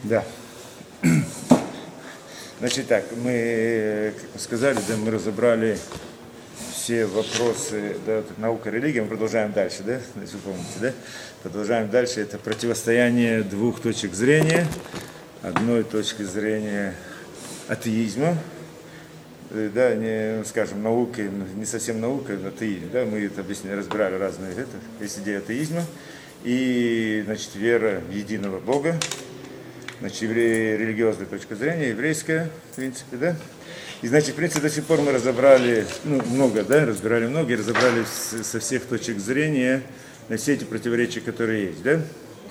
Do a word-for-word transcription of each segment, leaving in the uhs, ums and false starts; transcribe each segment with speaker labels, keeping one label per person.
Speaker 1: Да. Значит так, мы, как мы сказали, да, мы разобрали все вопросы, да, вот, наука, религия, мы продолжаем дальше, да, если вы помните, да, продолжаем дальше, это противостояние двух точек зрения, одной точки зрения атеизма, да, не, скажем, науки, не совсем наука, но атеизм, да, мы это объясняли, разбирали разные, это, есть идея атеизма, и, значит, вера в единого Бога, значит, евре... религиозная точка зрения, еврейская, в принципе, да. И, значит, в принципе, до сих пор мы разобрали, ну, много, да, разбирали много, и разобрали с... со всех точек зрения на все эти противоречия, которые есть, да.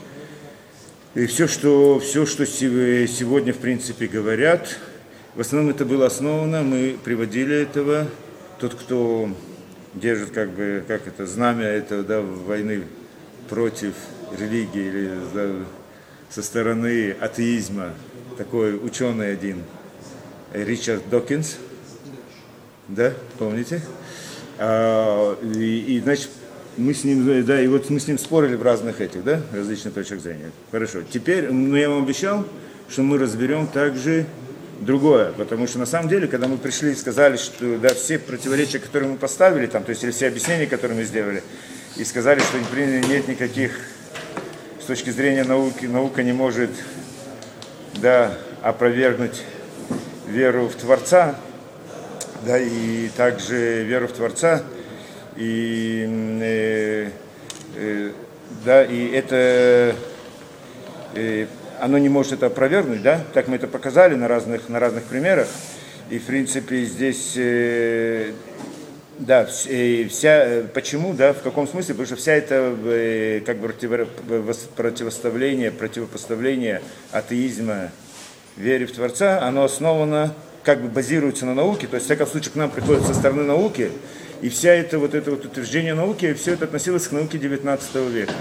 Speaker 1: И все, что, все, что сегодня, в принципе, говорят, в основном это было основано, мы приводили этого, тот, кто держит, как бы, как это, знамя этого, да, войны против религии или, да, со стороны атеизма, такой ученый один, Ричард Докинс, да, помните? А, и, и, значит, мы с ним, да, и вот мы с ним спорили в разных этих, да, различных точках зрения. Хорошо. Теперь, ну, я вам обещал, что мы разберем также другое, потому что на самом деле, когда мы пришли и сказали, что, да, все противоречия, которые мы поставили там, то есть или все объяснения, которые мы сделали, и сказали, что нет никаких, с точки зрения науки, наука не может, да, опровергнуть веру в Творца, да, и также веру в Творца, и, э, э, да, и это, э, оно не может это опровергнуть, да, так мы это показали на разных, на разных примерах, и, в принципе, здесь, э, да, вся, почему, да, в каком смысле, потому что вся это, как бы, противоставление, противопоставление атеизма вере в Творца, оно основано, как бы базируется на науке, то есть, в всяком случае, к нам приходит со стороны науки, и вся это вот это вот утверждение науки, все это относилось к науке девятнадцатого века.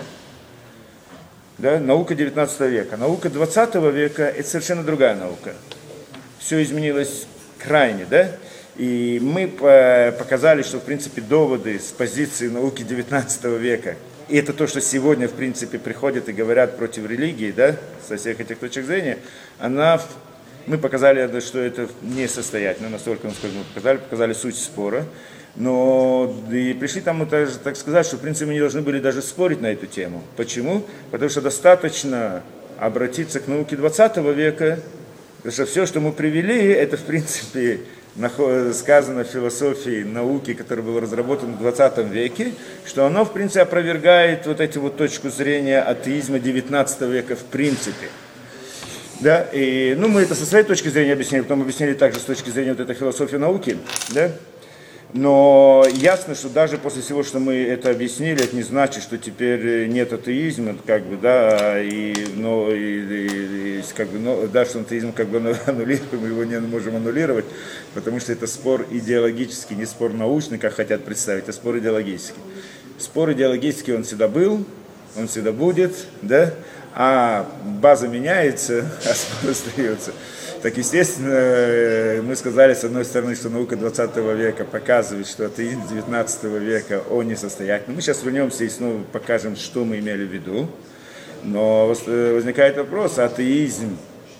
Speaker 1: Да, наука девятнадцатого века. Наука двадцатого века – это совершенно другая наука. Все изменилось крайне, да? И мы показали, что, в принципе, доводы с позиции науки девятнадцатого века, и это то, что сегодня, в принципе, приходят и говорят против религии, да, со всех этих точек зрения, она, мы показали, что это несостоятельно, настолько, насколько мы показали, показали суть спора, но и пришли там, так, так сказать, что, в принципе, мы не должны были даже спорить на эту тему. Почему? Потому что достаточно обратиться к науке двадцатого века, потому что все, что мы привели, это, в принципе, сказано в философии науки, которая была разработана в двадцатом веке, что оно, в принципе, опровергает вот эту вот точку зрения атеизма девятнадцатого века в принципе. Да, и, ну, мы это со своей точки зрения объяснили, потом объяснили также с точки зрения вот этой философии науки, да. Но ясно, что даже после всего, что мы это объяснили, это не значит, что теперь нет атеизма, как бы, да, и, но, и, и, и как бы, но, да, что атеизм как бы аннулируем, мы его не можем аннулировать, потому что это спор идеологический, не спор научный, как хотят представить, а спор идеологический. Спор идеологический он всегда был, он всегда будет, да, а база меняется, а спор остается. Так, естественно, мы сказали, с одной стороны, что наука двадцатого века показывает, что атеизм девятнадцатого века, он несостоятельный. Мы сейчас вернемся и снова покажем, что мы имели в виду. Но возникает вопрос, атеизм,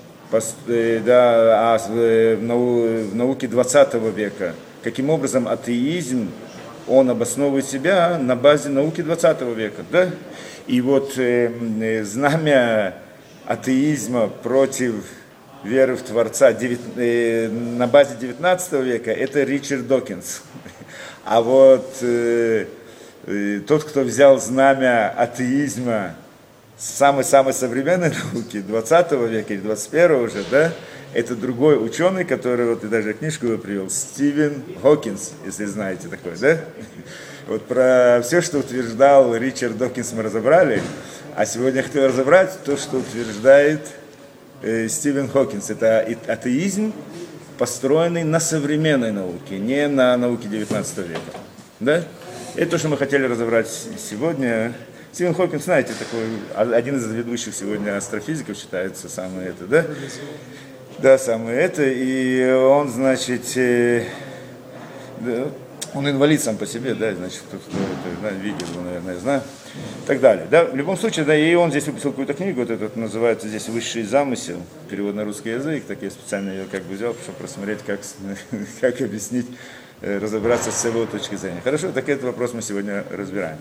Speaker 1: да, а в науке двадцатого века, каким образом атеизм, он обосновывает себя на базе науки двадцатого века, да? И вот э, знамя атеизма против веры в Творца э, на базе девятнадцатого века, это Ричард Докинс. А вот э, э, тот, кто взял знамя атеизма самой-самой современной науки двадцатого века или двадцать первого уже, да, это другой ученый, который, вот и даже книжку его привел, Стивен Хокинс, если знаете такой, да? Вот про все, что утверждал Ричард Докинс, мы разобрали, а сегодня я хотел разобрать то, что утверждает Стивен Хокинс. Это атеизм, построенный на современной науке, не на науке девятнадцатого века. Да? Это то, что мы хотели разобрать сегодня. Стивен Хокинс, знаете, такой, один из ведущих сегодня астрофизиков считается, самый это, да? Да, самый это. И он, значит, э, да, Он инвалид сам по себе, да, значит, кто, кто это да, видел, его, наверное, знаю, и так далее. Да, в любом случае, да, и он здесь выпустил какую-то книгу, вот этот называется здесь «Высший замысел», перевод на русский язык, так я специально ее как бы взял, чтобы просмотреть, как, как объяснить, разобраться с его точки зрения. Хорошо, так этот вопрос мы сегодня разбираем.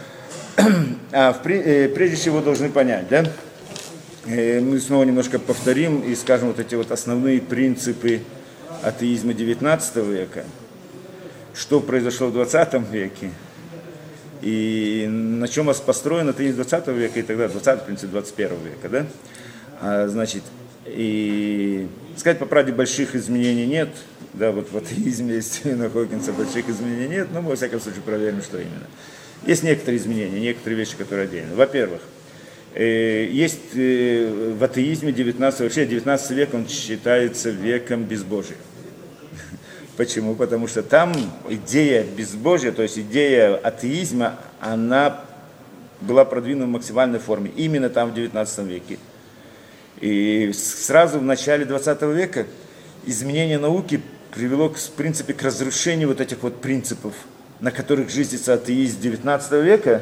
Speaker 1: А в, прежде всего должны понять, да, мы снова немножко повторим и скажем вот эти вот основные принципы атеизма девятнадцатого века, что произошло в двадцатом веке, и на чем построен атеизм двадцатого века, и тогда двадцатый, в принципе, двадцать первого века, да? А, значит, и сказать по правде, больших изменений нет, да, вот в атеизме есть Стивена Хокинса, больших изменений нет, но мы, во всяком случае, проверим, что именно. Есть некоторые изменения, некоторые вещи, которые отдельно. Во-первых, э, есть э, в атеизме девятнадцатого, вообще девятнадцатый век, он считается веком безбожия. Почему? Потому что там идея безбожия, то есть идея атеизма, она была продвинута в максимальной форме, именно там в девятнадцатом веке. И сразу в начале двадцатого века изменение науки привело, в принципе, к разрушению вот этих вот принципов, на которых жизнится атеизм девятнадцатого века,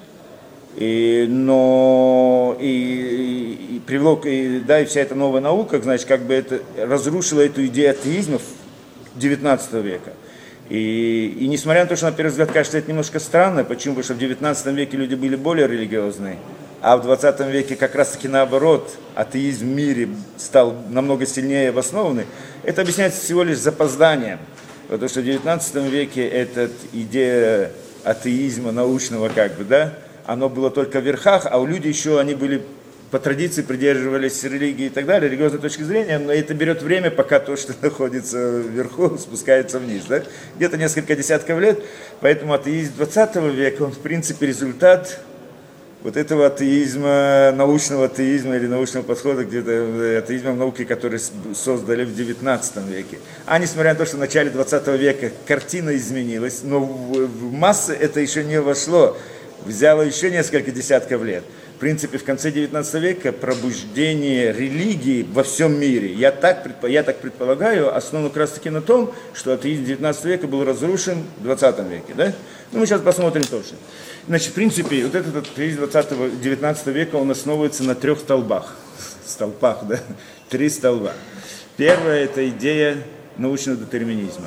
Speaker 1: и, но и, и, и привело, и, да, и вся эта новая наука, значит, как бы это разрушила эту идею атеизма девятнадцатого века. И, и несмотря на то, что на первый взгляд кажется это немножко странно, почему? Потому что в девятнадцатом веке люди были более религиозные, а в двадцатом веке как раз-таки наоборот, атеизм в мире стал намного сильнее обоснованный, это объясняется всего лишь запозданием. Потому что в девятнадцатом веке эта идея атеизма научного, как бы, да, оно было только в верхах, а у людей еще они были по традиции придерживались религии и так далее, религиозной точки зрения, но это берет время, пока то, что находится вверху, спускается вниз, да? Где-то несколько десятков лет, поэтому атеизм двадцатого века, он в принципе результат вот этого атеизма, научного атеизма или научного подхода, где-то атеизма в науке, который создали в девятнадцатом веке. А несмотря на то, что в начале двадцатого века картина изменилась, но в, в массы это еще не вошло, взяло еще несколько десятков лет. В принципе, в конце девятнадцатого века пробуждение религии во всем мире, я так, я так предполагаю, основано как раз таки на том, что атеизм девятнадцатого века был разрушен в двадцатом веке. Да? Ну, мы сейчас посмотрим точно. Значит, в принципе, вот этот атеизм двадцатого девятнадцатого века, он основывается на трех столбах. Столбах, да? Три столба. Первая – это идея научного детерминизма.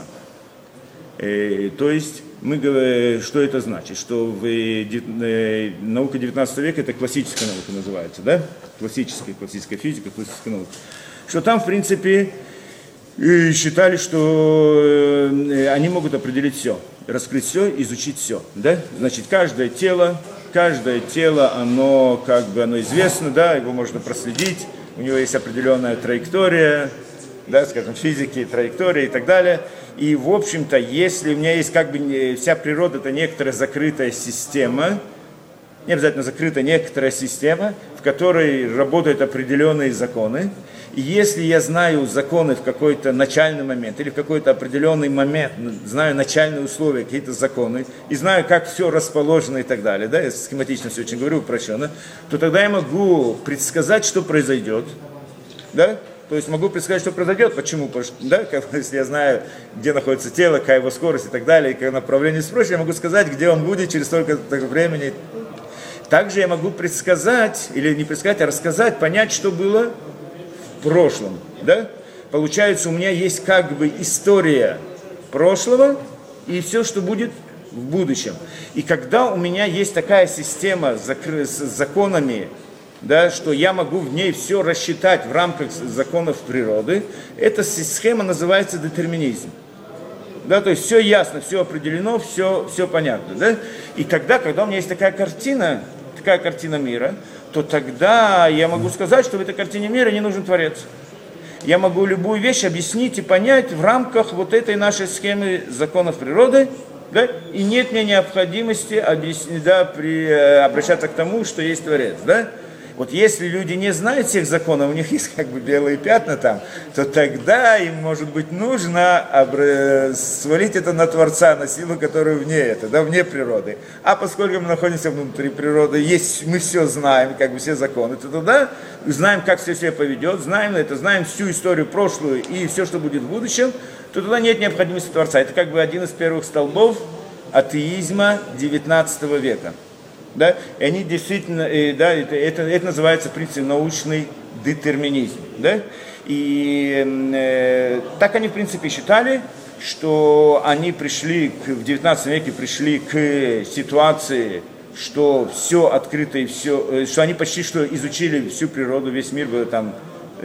Speaker 1: Э, то есть, мы говорим, что это значит? Что в, э, наука девятнадцатого века – это классическая наука называется, да? Классическая, классическая физика, классическая наука. Что там, в принципе, и считали, что э, они могут определить все, раскрыть все, изучить все, да? Значит, каждое тело, каждое тело, оно как бы оно известно, да, его можно проследить, у него есть определенная траектория, да, скажем, физики, траектория и так далее. И, в общем-то, если у меня есть как бы вся природа, это некоторая закрытая система, не обязательно закрытая, некоторая система, в которой работают определенные законы. И если я знаю законы в какой-то начальный момент или в какой-то определенный момент, знаю начальные условия, какие-то законы, и знаю, как все расположено и так далее, да, я схематично все очень говорю, упрощенно, то тогда я могу предсказать, что произойдет, да, то есть могу предсказать, что произойдет, почему, потому что, да, как, если я знаю, где находится тело, какая его скорость и так далее, и какое направление спроще, я могу сказать, где он будет через столько-то времени. Также я могу предсказать, или не предсказать, а рассказать, понять, что было в прошлом, да? Получается, у меня есть как бы история прошлого и все, что будет в будущем. И когда у меня есть такая система с законами, да, что я могу в ней все рассчитать в рамках законов природы, эта схема называется детерминизм. Да, то есть все ясно, все определено, все, все понятно. Да? И тогда, когда у меня есть такая картина, такая картина мира, то тогда я могу сказать, что в этой картине мира не нужен Творец. Я могу любую вещь объяснить и понять в рамках вот этой нашей схемы законов природы, да? И нет мне необходимости объяснить, да, при, обращаться к тому, что есть Творец. Да? Вот если люди не знают всех законов, у них есть как бы белые пятна там, то тогда им, может быть, нужно обр- свалить это на Творца, на силу, которая вне это, да, вне природы. А поскольку мы находимся внутри природы, есть, мы все знаем, как бы все законы, то тогда знаем, как все себя поведет, знаем это, знаем всю историю прошлую и все, что будет в будущем, то тогда нет необходимости Творца. Это как бы один из первых столбов атеизма девятнадцатого века. Да? И они действительно, э, да, это, это, это называется, в принципе, научный детерминизм. Да? И э, так они, в принципе, считали, что они пришли, к, в девятнадцатом веке пришли к ситуации, что все открыто и все, э, что они почти что изучили всю природу, весь мир, было там,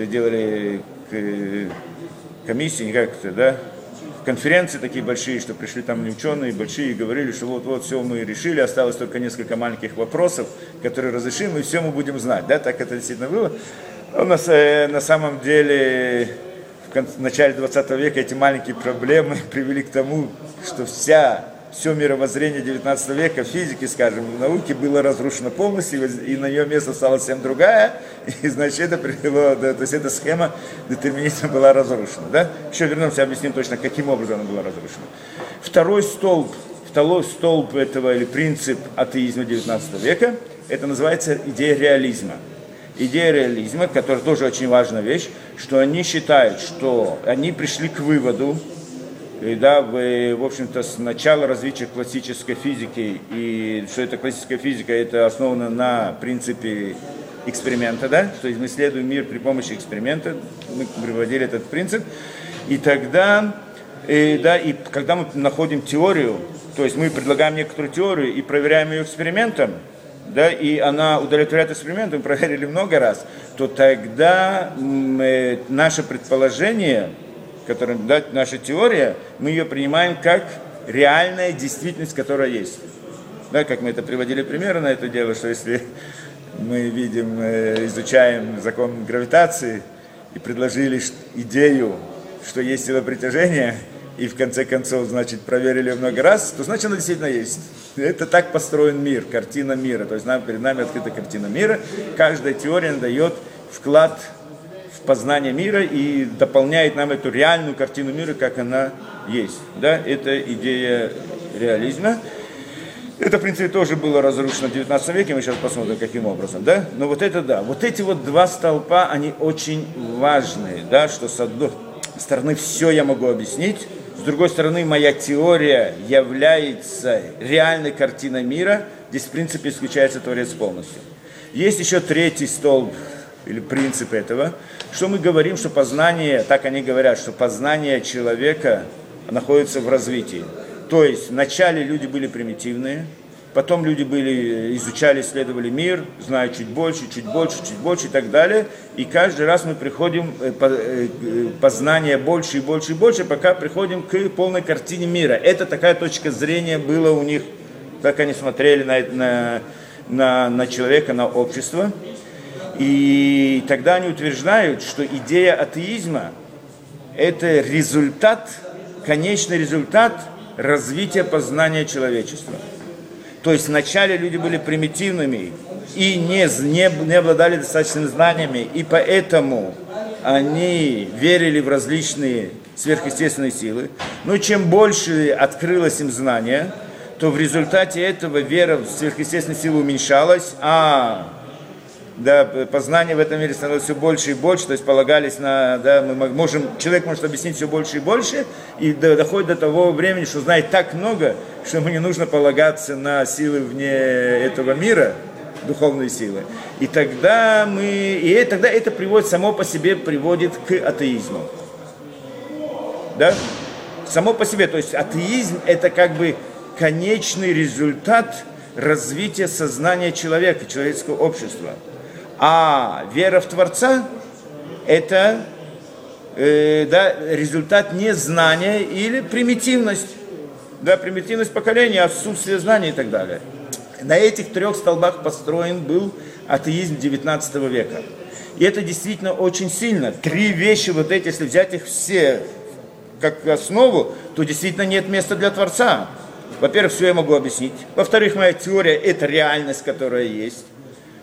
Speaker 1: делали э, комиссии, не как это, да, конференции такие большие, что пришли там ученые большие и говорили, что вот-вот все мы решили, осталось только несколько маленьких вопросов, которые разрешим, и все мы будем знать. Да, так это действительно было. У нас э, на самом деле в, конце, в начале двадцатого века эти маленькие проблемы привели к тому, что вся, все мировоззрение девятнадцатого века, физики, скажем, науки было разрушено полностью, и на ее место стала совсем другая, и значит это привело, да, то есть эта схема детерминизма была разрушена. Да? Еще вернемся, объясним точно, каким образом она была разрушена. Второй столб, второй столб этого, или принцип атеизма девятнадцатого века, это называется идея реализма. Идея реализма, которая тоже очень важная вещь, что они считают, что они пришли к выводу, и, да, в, в общем-то, с начала развития классической физики, и что это классическая физика, это основано на принципе эксперимента, да, то есть мы исследуем мир при помощи эксперимента, мы приводили этот принцип, и тогда, и, да, и когда мы находим теорию, то есть мы предлагаем некоторую теорию и проверяем ее экспериментом, да, и она удовлетворяет эксперименту, мы проверили много раз, то тогда э, наше предположение, которое, да, наша теория, мы ее принимаем как реальная действительность, которая есть. Да, как мы это приводили примеры на это дело, что если мы видим, э, изучаем закон гравитации и предложили идею, что есть сила притяжения, и в конце концов, значит, проверили ее много раз, то значит она действительно есть. Это так построен мир, картина мира. То есть нам, перед нами открыта картина мира. Каждая теория дает вклад в познание мира и дополняет нам эту реальную картину мира, как она есть. Да? Это идея реализма. Это, в принципе, тоже было разрушено в девятнадцатом веке, мы сейчас посмотрим, каким образом, да? Но вот это да, вот эти вот два столпа, они очень важные, да, что с одной стороны все я могу объяснить, с другой стороны моя теория является реальной картиной мира, здесь, в принципе, исключается Творец полностью. Есть еще третий столб, или принцип этого, что мы говорим, что познание, так они говорят, что познание человека находится в развитии. То есть вначале люди были примитивные, потом люди были, изучали, исследовали мир, знают чуть больше, чуть больше, чуть больше и так далее. И каждый раз мы приходим к познанию больше и больше и больше, пока приходим к полной картине мира. Это такая точка зрения была у них, как они смотрели на, на, на, на человека, на общество. И тогда они утверждают, что идея атеизма – это результат, конечный результат развития познания человечества. То есть вначале люди были примитивными и не, не, не обладали достаточными знаниями, и поэтому они верили в различные сверхъестественные силы. Но чем больше открылось им знания, то в результате этого вера в сверхъестественные силы уменьшалась, а да, познание в этом мире становилось все больше и больше, то есть полагались на, да, мы можем, человек может объяснить все больше и больше, и доходит до того времени, что знает так много, что ему не нужно полагаться на силы вне этого мира, духовные силы. И тогда мы, и тогда это приводит, само по себе приводит к атеизму. Да? Само по себе, то есть атеизм это как бы конечный результат развития сознания человека, человеческого общества. А вера в Творца – это э, да, результат незнания или примитивность. Да, примитивность поколения, отсутствие знаний и так далее. На этих трех столбах построен был атеизм девятнадцатого века. И это действительно очень сильно. Три вещи вот эти, если взять их все как основу, то действительно нет места для Творца. Во-первых, все я могу объяснить. Во-вторых, моя теория – это реальность, которая есть.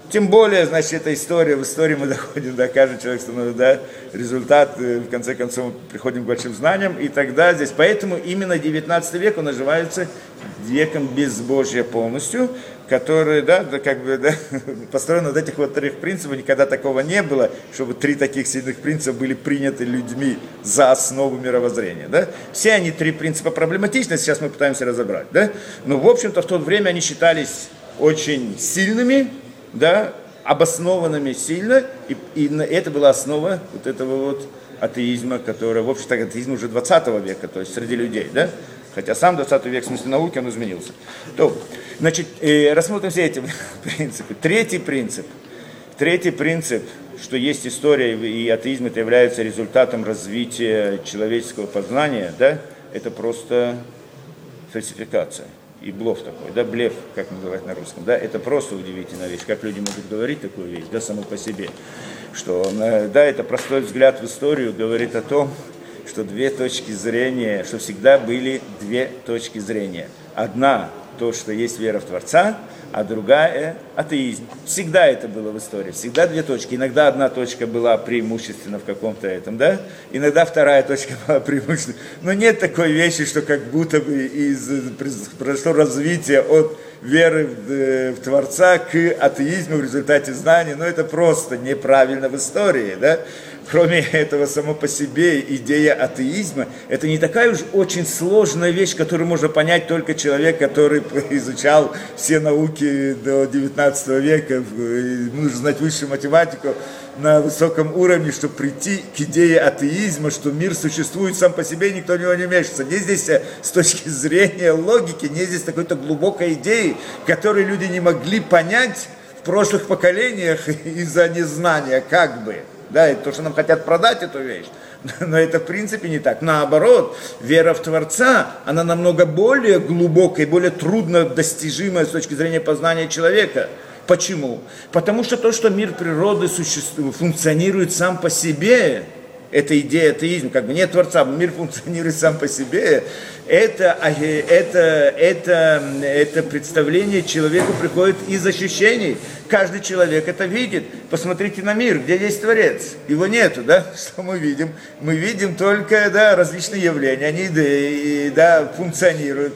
Speaker 1: Тем более, значит, эта история, в истории мы доходим, да, каждый человек становится, да, результат, в конце концов, мы приходим к большим знаниям, и тогда здесь, поэтому именно девятнадцатый век, он называется веком безбожия полностью, который, да, да, как бы, да, построен на вот этих вот трех принципах, никогда такого не было, чтобы три таких сильных принципа были приняты людьми за основу мировоззрения, да. Все они, три принципа, проблематичны, сейчас мы пытаемся разобрать, да, но, в общем-то, в то время они считались очень сильными, да, обоснованными сильно, и, и это была основа вот этого вот атеизма, который, в общем-то, атеизм уже двадцатого века, то есть среди людей, да, хотя сам двадцатый век в смысле науки, он изменился. То, значит, э, рассмотрим все эти принципы. Третий принцип, третий принцип, что есть история, и атеизм это является результатом развития человеческого познания, да, это просто фальсификация. И блеф такой, да, блеф, как называть на русском, да, это просто удивительная вещь, как люди могут говорить такую вещь, да, само по себе, что, да, это простой взгляд в историю говорит о том, что две точки зрения, что всегда были две точки зрения. Одна, то, что есть вера в Творца, а другая – атеизм. Всегда это было в истории, всегда две точки. Иногда одна точка была преимущественно в каком-то этом, да? Иногда вторая точка была преимущественно. Но нет такой вещи, что как будто бы из, произошло развитие от веры в, в Творца к атеизму в результате знания. Но это просто неправильно в истории, да? Кроме этого, само по себе идея атеизма, это не такая уж очень сложная вещь, которую можно понять только человек, который изучал все науки до девятнадцатого века, нужно знать высшую математику на высоком уровне, чтобы прийти к идее атеизма, что мир существует сам по себе, никто в него не вмешивается. Не здесь с точки зрения логики, не здесь какой-то глубокой идеи, которую люди не могли понять в прошлых поколениях из-за незнания, как бы. Да, это то, что нам хотят продать эту вещь. Но это в принципе не так. Наоборот, вера в Творца, она намного более глубокая, более трудно достижимая с точки зрения познания человека. Почему? Потому что то, что мир природы существует, функционирует сам по себе, это идея атеизма, как бы нет Творца, мир функционирует сам по себе, это, это, это, это представление человеку приходит из ощущений. Каждый человек это видит. Посмотрите на мир, где есть Творец. Его нету, да? Что мы видим? Мы видим только, да, различные явления. Они, да, функционируют,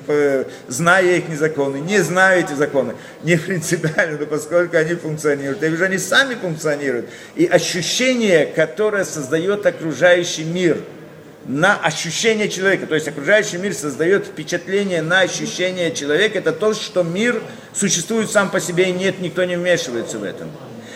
Speaker 1: зная их законы, не зная эти законы. Не принципиально, но поскольку они функционируют. Я вижу, они сами функционируют. И ощущение, которое создает окружающий мир, на ощущение человека, то есть окружающий мир создает впечатление на ощущение человека, это то, что мир существует сам по себе, и нет, никто не вмешивается в этом.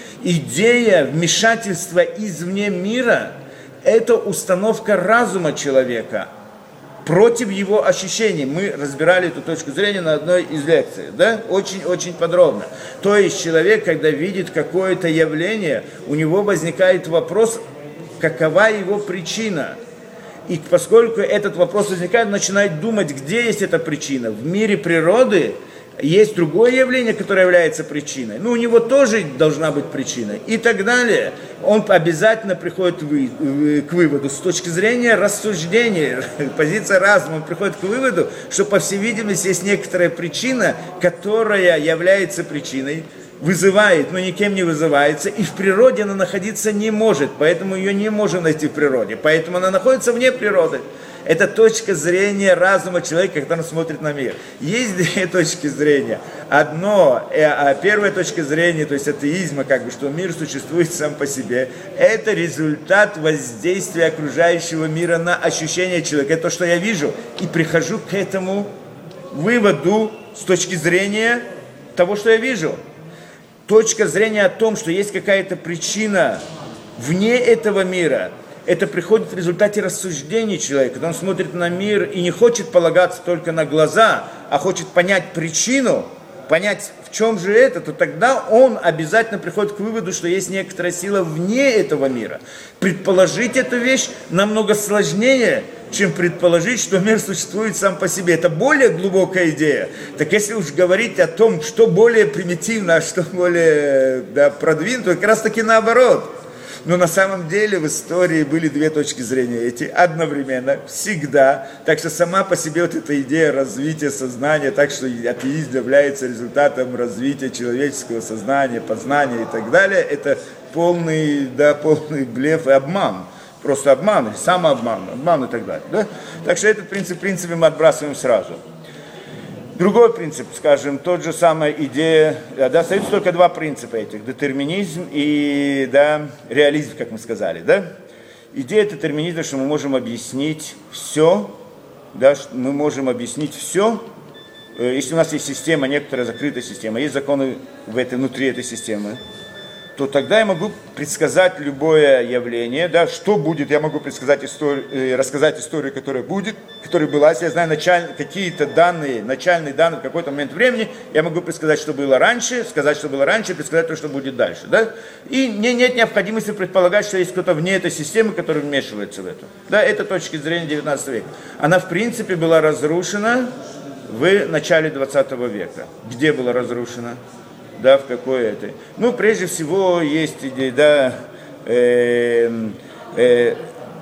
Speaker 1: Идея вмешательства извне мира – это установка разума человека против его ощущений. Мы разбирали эту точку зрения на одной из лекций, да, очень-очень подробно. То есть человек, когда видит какое-то явление, у него возникает вопрос, какова его причина. И поскольку этот вопрос возникает, он начинает думать, где есть эта причина. В мире природы есть другое явление, которое является причиной. Ну, у него тоже должна быть причина. И так далее. Он обязательно приходит к выводу с точки зрения рассуждения, позиция разума. Он приходит к выводу, что, по всей видимости, есть некоторая причина, которая является причиной, вызывает, но никем не вызывается, и в природе она находиться не может, поэтому ее не можем найти в природе, поэтому она находится вне природы. Это точка зрения разума человека, когда он смотрит на мир. Есть две точки зрения. Одно, э, первая точка зрения, то есть атеизма, как бы, что мир существует сам по себе, это результат воздействия окружающего мира на ощущение человека. Это то, что я вижу, и прихожу к этому выводу с точки зрения того, что я вижу. Точка зрения о том, что есть какая-то причина вне этого мира, это приходит в результате рассуждений человека, когда он смотрит на мир и не хочет полагаться только на глаза, а хочет понять причину, понять, в чем же это, то тогда он обязательно приходит к выводу, что есть некоторая сила вне этого мира. Предположить эту вещь намного сложнее, чем предположить, что мир существует сам по себе. Это более глубокая идея. Так если уж говорить о том, что более примитивно, а что более, да, продвинуто, как раз таки наоборот. Но на самом деле в истории были две точки зрения эти одновременно, всегда. Так что сама по себе вот эта идея развития сознания, так что атеизм является результатом развития человеческого сознания, познания и так далее, это полный, да, полный блеф и обман. Просто обман, или самообман, обман и так далее. Да? Так что этот принцип, в принципе, мы отбрасываем сразу. Другой принцип, скажем, тот же самая идея, да, остаются только два принципа этих, детерминизм и, да, реализм, как мы сказали, да. Идея детерминизма, что мы можем объяснить все, да, что мы можем объяснить все, если у нас есть система, некоторая закрытая система, есть законы в этой, внутри этой системы, то тогда я могу предсказать любое явление, да, что будет, я могу предсказать историю, рассказать историю, которая будет, которая была, если я знаю началь, какие-то данные, начальные данные в какой-то момент времени, я могу предсказать, что было раньше, сказать, что было раньше, предсказать то, что будет дальше, да, и мне нет необходимости предполагать, что есть кто-то вне этой системы, который вмешивается в это, да, это точка зрения девятнадцатого века. Она, в принципе, была разрушена в начале двадцатого века. Где была разрушена? Да, в какой это. Ну, прежде всего, есть идея, да, э, э,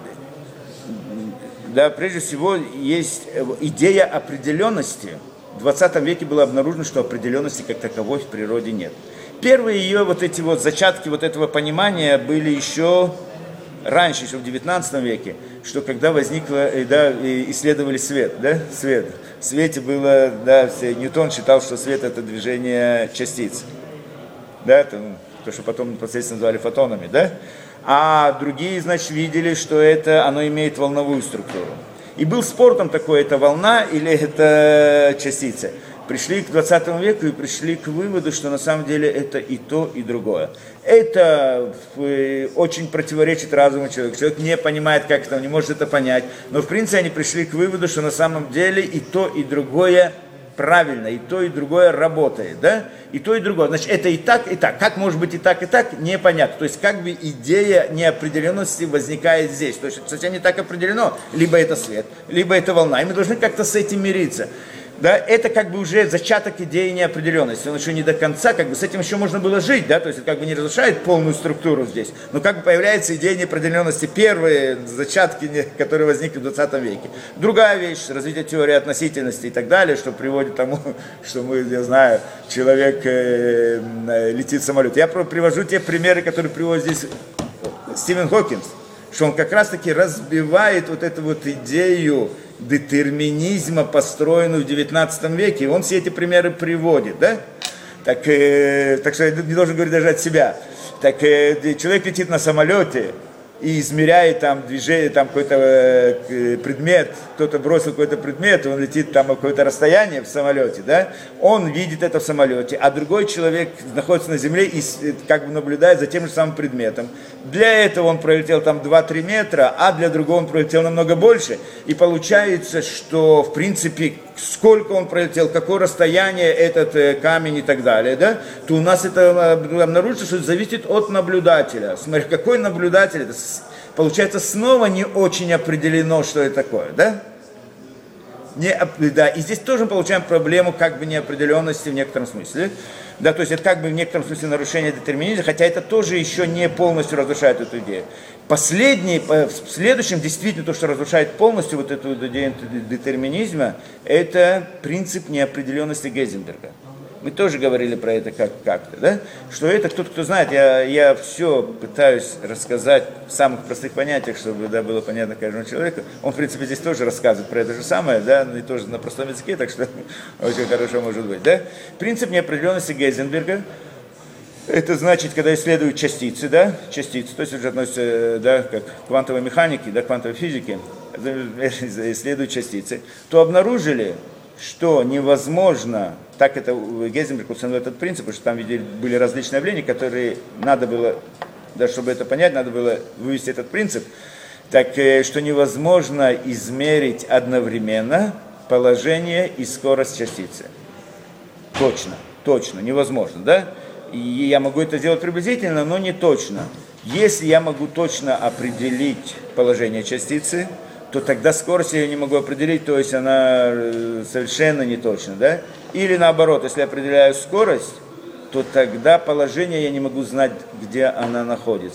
Speaker 1: да, прежде всего, есть идея определенности. В двадцатом веке было обнаружено, что определенности как таковой в природе нет. Первые ее вот эти вот зачатки вот этого понимания были еще раньше, еще в девятнадцатом веке, что когда возникло, да, исследовали свет, да, свет. В свете было, да, Ньютон считал, что свет это движение частиц, да, это, то, что потом непосредственно называли фотонами, да, а другие, значит, видели, что это, оно имеет волновую структуру. И был спор там такой, это волна или это частица. Пришли к двадцатому веку и пришли к выводу, что на самом деле это и то, и другое. Это э, очень противоречит разуму человека. Человек не понимает, как это, он не может это понять. Но в принципе они пришли к выводу, что на самом деле и то, и другое правильно, и то, и другое работает. Да? И то, и другое. Значит, это и так, и так. Как может быть и так, и так, непонятно. То есть как бы идея неопределенности возникает здесь. То есть совсем не так определено. Либо это свет, либо это волна. И мы должны как-то с этим мириться. Да, это как бы уже зачаток идеи неопределенности, он еще не до конца, как бы с этим еще можно было жить, да, то есть это как бы не разрушает полную структуру здесь, но как бы появляется идея неопределенности, первые зачатки, которые возникли в двадцатом веке. Другая вещь, развитие теории относительности и так далее, что приводит к тому, что мы, я знаю, человек э, летит в самолет. Я привожу те примеры, которые приводит здесь Стивен Хокинс, что он как раз-таки разбивает вот эту вот идею детерминизма, построенную в девятнадцатом веке. Он все эти примеры приводит, да? Так, э, так что я не должен говорить даже от себя. Так э, человек летит на самолете и измеряет там движение, там какой-то э, предмет, кто-то бросил какой-то предмет, он летит там на какое-то расстояние в самолете, да? Он видит это в самолете, а другой человек находится на земле и как бы наблюдает за тем же самым предметом. Для этого он пролетел там два-три метра, а для другого он пролетел намного больше. И получается, что в принципе, сколько он пролетел, какое расстояние этот э, камень и так далее, да, то у нас это обнаружится, что это зависит от наблюдателя. Смотри, какой наблюдатель, это получается снова не очень определено, что это такое, да? Не, да, и здесь тоже мы получаем проблему как бы неопределенности в некотором смысле. Да, то есть это как бы в некотором смысле нарушение детерминизма, хотя это тоже еще не полностью разрушает эту идею. Последний, в следующем, действительно, то, что разрушает полностью вот эту идею детерминизма, это принцип неопределенности Гейзенберга. Мы тоже говорили про это как- как-то, да? Что это, кто-то, кто знает, я, я все пытаюсь рассказать в самых простых понятиях, чтобы, да, было понятно каждому человеку. Он, в принципе, здесь тоже рассказывает про это же самое, да, и тоже на простом языке, так что очень хорошо может быть, да? Принцип неопределенности Гейзенберга, это значит, когда исследуют частицы, да, частицы, то есть уже относятся, да, как к квантовой механике, да, к квантовой физике, исследуют частицы, то обнаружили, что невозможно, так это Гейзенберг установил этот принцип, потому что там видели, были различные явления, которые надо было, да, чтобы это понять, надо было вывести этот принцип, так что невозможно измерить одновременно положение и скорость частицы. Точно, точно, невозможно, да? И я могу это сделать приблизительно, но не точно. Если я могу точно определить положение частицы, то тогда скорость я ее не могу определить, то есть она совершенно не точна, да? Или наоборот, если я определяю скорость, то тогда положение я не могу знать, где она находится.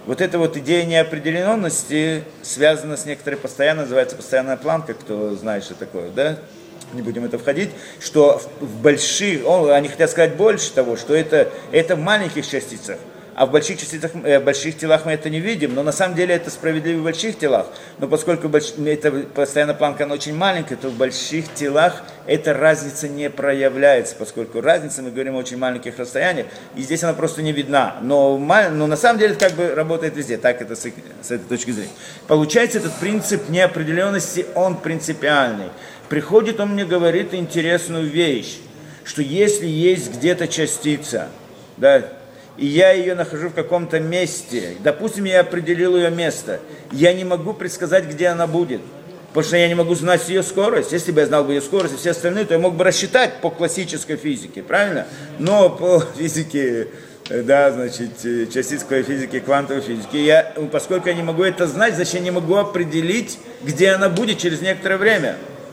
Speaker 1: вот эта вот идея неопределенности связана с некоторой постоянной, называется постоянная планка, кто знает, что такое, да? Не будем в это входить, что в, в больших, он, они хотят сказать больше того, что это, это в маленьких частицах, а в больших частицах, э, больших телах мы это не видим, но на самом деле это справедливо в больших телах, но поскольку больш, эта постоянная планка, она очень маленькая, то в больших телах эта разница не проявляется, поскольку разница, мы говорим о очень маленьких расстояниях, и здесь она просто не видна, но, но на самом деле это как бы работает везде, так это с, с этой точки зрения. Получается, этот принцип неопределенности, он принципиальный. Приходит, он мне говорит интересную вещь, что если есть где-то частица, да, и я ее нахожу в каком-то месте, допустим, я определил ее место, я не могу предсказать, где она будет, потому что я не могу знать ее скорость. Если бы я знал бы ее скорость и все остальные, то я мог бы рассчитать по классической физике, правильно? Но по физике, да, значит, частицовой физике, квантовой физике, я, поскольку я не могу это знать, значит, я не могу определить, где она будет через некоторое время.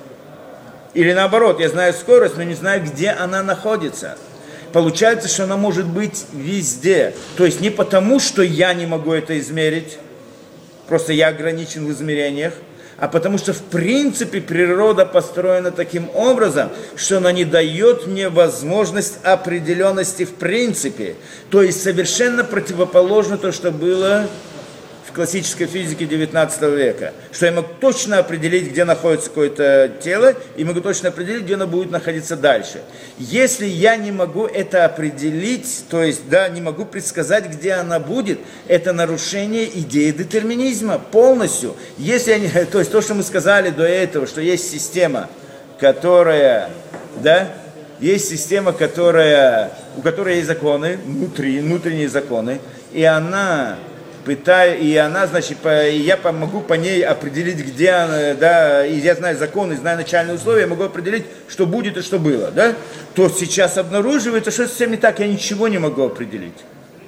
Speaker 1: Или наоборот, я знаю скорость, но не знаю, где она находится. Получается, что она может быть везде. То есть не потому, что я не могу это измерить, просто я ограничен в измерениях, а потому что в принципе природа построена таким образом, что она не дает мне возможность определенности в принципе. То есть совершенно противоположно то, что было в классической физике девятнадцатого века. Что я могу точно определить, где находится какое-то тело, и могу точно определить, где оно будет находиться дальше. Если я не могу это определить, то есть, да, не могу предсказать, где она будет, это нарушение идеи детерминизма полностью. Если я не, то есть то, что мы сказали до этого, что есть система, которая, да, есть система, которая, у которой есть законы, внутри, внутренние законы, и она пытаю, и она, значит, по, и я могу по ней определить, где она, да, и я знаю законы, знаю начальные условия, я могу определить, что будет и что было, да, то сейчас обнаруживается, что совсем не так, я ничего не могу определить.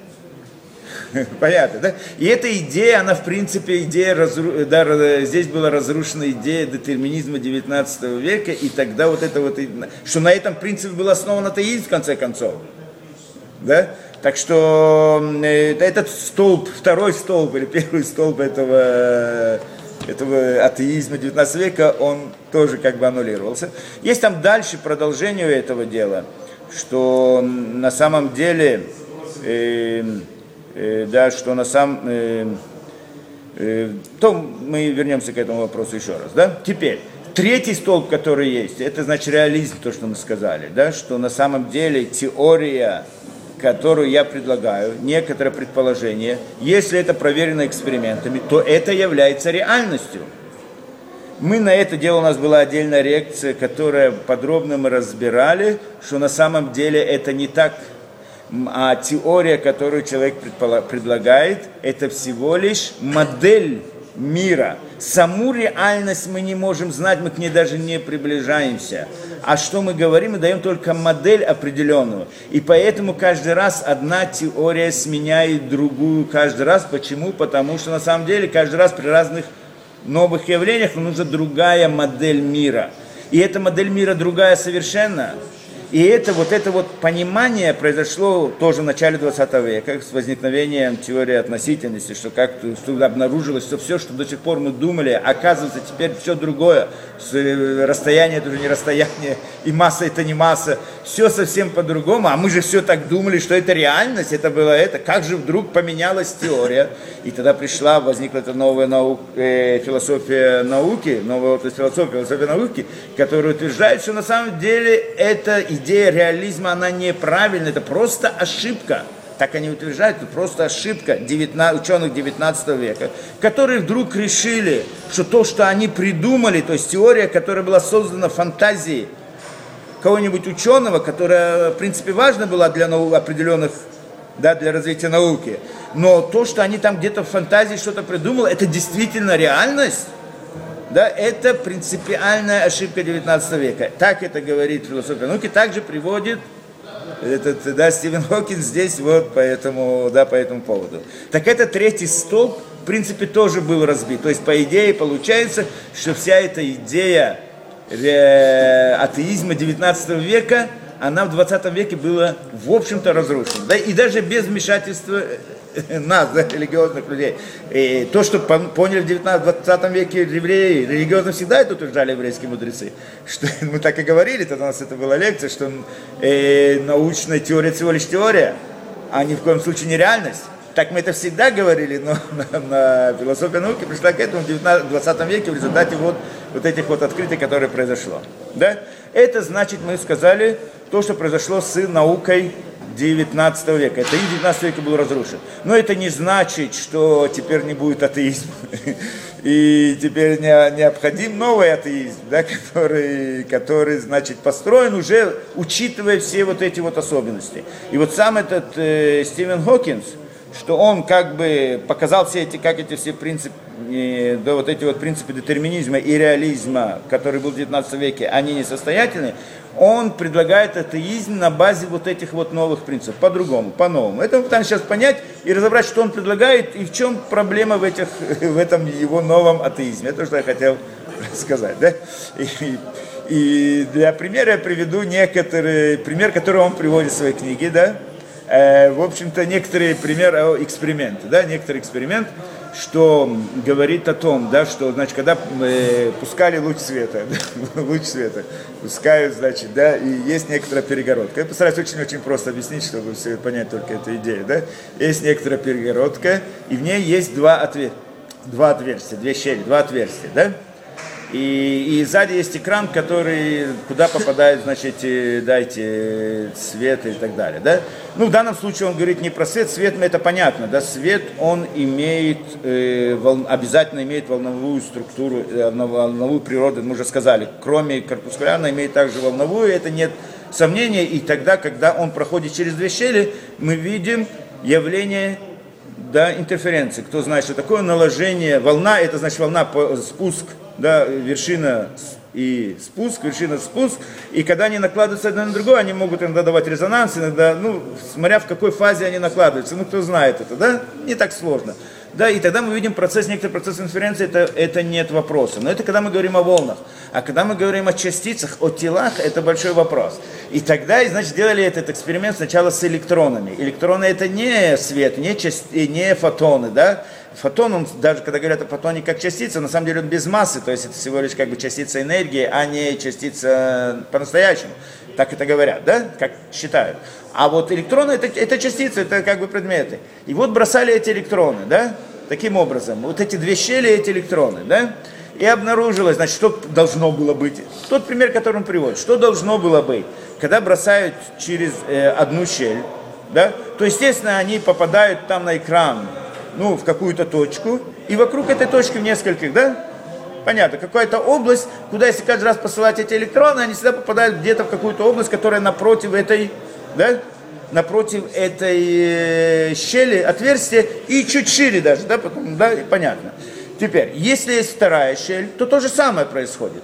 Speaker 1: Понятно, да? И эта идея, она в принципе, идея, разру... да, здесь была разрушена идея детерминизма девятнадцатого века, и тогда вот это вот, что на этом принципе был основан атеизм, в конце концов, да? Так что этот столб, второй столб или первый столб этого, этого атеизма девятнадцатого века, он тоже как бы аннулировался. Есть там дальше продолжение этого дела, что на самом деле, э, э, да, что на самом, э, э, то мы вернемся к этому вопросу еще раз, да. Теперь третий столб, который есть, это значит реализм, то, что мы сказали, да, что на самом деле теория, которую я предлагаю, некоторое предположение, если это проверено экспериментами, то это является реальностью. Мы на это дело, у нас была отдельная лекция, которая подробно мы разбирали, что на самом деле это не так, а теория, которую человек предлагает, это всего лишь модель мира. Саму реальность мы не можем знать, мы к ней даже не приближаемся. А что мы говорим, мы даем только модель определенную. И поэтому каждый раз одна теория сменяет другую каждый раз. Почему? Потому что на самом деле каждый раз при разных новых явлениях нужна другая модель мира. И эта модель мира другая совершенно. И это вот это вот понимание произошло тоже в начале двадцатого века с возникновением теории относительности, что как-то что обнаружилось, что все, что до сих пор мы думали, оказывается теперь все другое. Расстояние это уже не расстояние, и масса это не масса. Все совсем по-другому, а мы же все так думали, что это реальность, это было это. Как же вдруг поменялась теория? И тогда пришла, возникла эта новая наука, э, философия науки, новая отрасль философии, философия науки, которая утверждает, что на самом деле это идея реализма, она неправильная, это просто ошибка. Так они утверждают, это просто ошибка девятнадцатого, ученых девятнадцатого века, которые вдруг решили, что то, что они придумали, то есть теория, которая была создана фантазией кого-нибудь ученого, которая, в принципе, важна была для нау- определенных, да, для развития науки, но то, что они там где-то в фантазии что-то придумали, это действительно реальность. Да, это принципиальная ошибка девятнадцатого века. Так это говорит философия науки, также приводит этот, да, Стивен Хокинг здесь вот по этому, да, по этому поводу. Так это третий столб, в принципе, тоже был разбит. То есть, по идее, получается, что вся эта идея э, атеизма девятнадцатого века, она в двадцатом веке была, в общем-то, разрушена. Да, и даже без вмешательства нас, да, религиозных людей. И то, что поняли в девятнадцатом-двадцатом веке евреи, религиозно всегда это утверждали еврейские мудрецы. Что, мы так и говорили, тогда у нас это была лекция, что э, научная теория всего лишь теория, а ни в коем случае не реальность. Так мы это всегда говорили, но на, на философия науки пришла к этому в двадцатом веке в результате вот, вот этих вот открытий, которые произошло. Да? Это значит, мы сказали, то, что произошло с наукой девятнадцатого века. Это и в девятнадцатом веке был разрушен. Но это не значит, что теперь не будет атеизма. И теперь не, необходим новый атеизм, да, который, который, значит, построен уже, учитывая все вот эти вот особенности. И вот сам этот э, Стивен Хокинс, что он как бы показал все эти, как эти все принципы, да, вот эти вот принципы детерминизма и реализма, которые был в девятнадцатом веке, они несостоятельны, он предлагает атеизм на базе вот этих вот новых принципов, по-другому, по-новому. Это мы пытаемся сейчас понять и разобрать, что он предлагает и в чем проблема в, этих, в этом его новом атеизме. Это что я хотел сказать, да? И, и для примера я приведу некоторый пример, который он приводит в своей книге, да? В общем-то, некоторые примеры эксперимента, да, некоторый эксперимент, что говорит о том, да, что, значит, когда э, пускали луч света, да, луч света, пускают, значит, да, и есть некоторая перегородка. Я постараюсь очень-очень просто объяснить, чтобы все понять только эту идею, да. Есть некоторая перегородка, и в ней есть два, отвер... два отверстия, две щели, два отверстия, да. И, и сзади есть экран, который, куда попадает, значит, дайте свет и так далее, да? Ну, в данном случае он говорит не про свет, свет, это понятно, да? Свет, он имеет, э, вол, обязательно имеет волновую структуру, э, волновую природу, мы уже сказали, кроме корпускулярной, имеет также волновую, это нет сомнения, и тогда, когда он проходит через две щели, мы видим явление, да, интерференции. Кто знает, что такое наложение, волна, это значит волна, спуск, да, вершина и спуск, вершина спуск, и когда они накладываются одно на другое, они могут иногда давать резонанс, иногда, ну, смотря в какой фазе они накладываются, ну, кто знает это, да, не так сложно. Да, и тогда мы видим процесс, некоторый процесс интерференции, это, это нет вопроса. Но это когда мы говорим о волнах. А когда мы говорим о частицах, о телах, это большой вопрос. И тогда, значит, делали этот эксперимент сначала с электронами. Электроны это не свет, не, части, не фотоны, да. Фотон, он, даже когда говорят о фотоне как частица, на самом деле он без массы, то есть это всего лишь как бы частица энергии, а не частица по-настоящему. Так это говорят, да, как считают. А вот электроны это, это частицы, это как бы предметы. И вот бросали эти электроны, да, таким образом, вот эти две щели, эти электроны, да, и обнаружилось, значит, что должно было быть. Тот пример, который он приводит, что должно было быть, когда бросают через э, одну щель, да, то, естественно, они попадают там на экран, ну, в какую-то точку, и вокруг этой точки в нескольких, да, понятно, какая-то область, куда если каждый раз посылать эти электроны, они всегда попадают где-то в какую-то область, которая напротив этой, да, напротив этой э, щели, отверстия, и чуть шире даже, да, потом, да, и понятно. Теперь, если есть вторая щель, то то же самое происходит.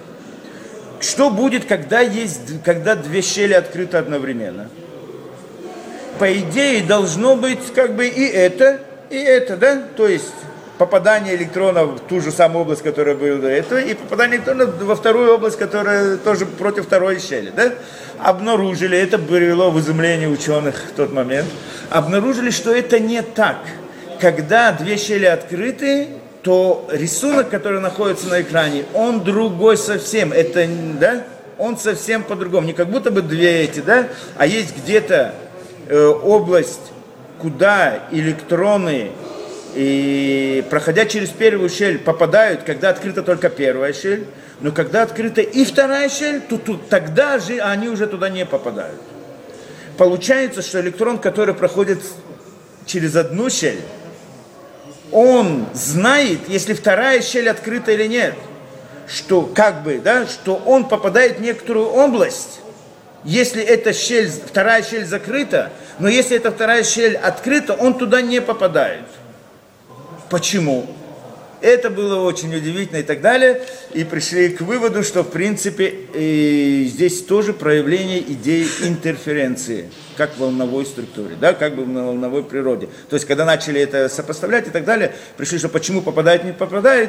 Speaker 1: Что будет, когда есть, когда две щели открыты одновременно? По идее, должно быть как бы и это, и это, да, то есть попадание электронов в ту же самую область, которая была до этого, и попадание электронов во вторую область, которая тоже против второй щели, да, обнаружили, это привело в изумление ученых в тот момент, обнаружили, что это не так. Когда две щели открыты, то рисунок, который находится на экране, он другой совсем, это, да, он совсем по-другому, не как будто бы две эти, да, а есть где-то э, область, куда электроны, и, проходя через первую щель, попадают, когда открыта только первая щель, но когда открыта и вторая щель, то, то тогда же они уже туда не попадают. Получается, что электрон, который проходит через одну щель, он знает, если вторая щель открыта или нет, что как бы, да, что он попадает в некоторую область, если эта щель, вторая щель закрыта, но если эта вторая щель открыта, он туда не попадает. Почему? Это было очень удивительно и так далее. И пришли к выводу, что в принципе здесь тоже проявление идеи интерференции, как в волновой структуре, да, как бы в волновой природе. То есть, когда начали это сопоставлять и так далее, пришли, что почему попадает, не попадает,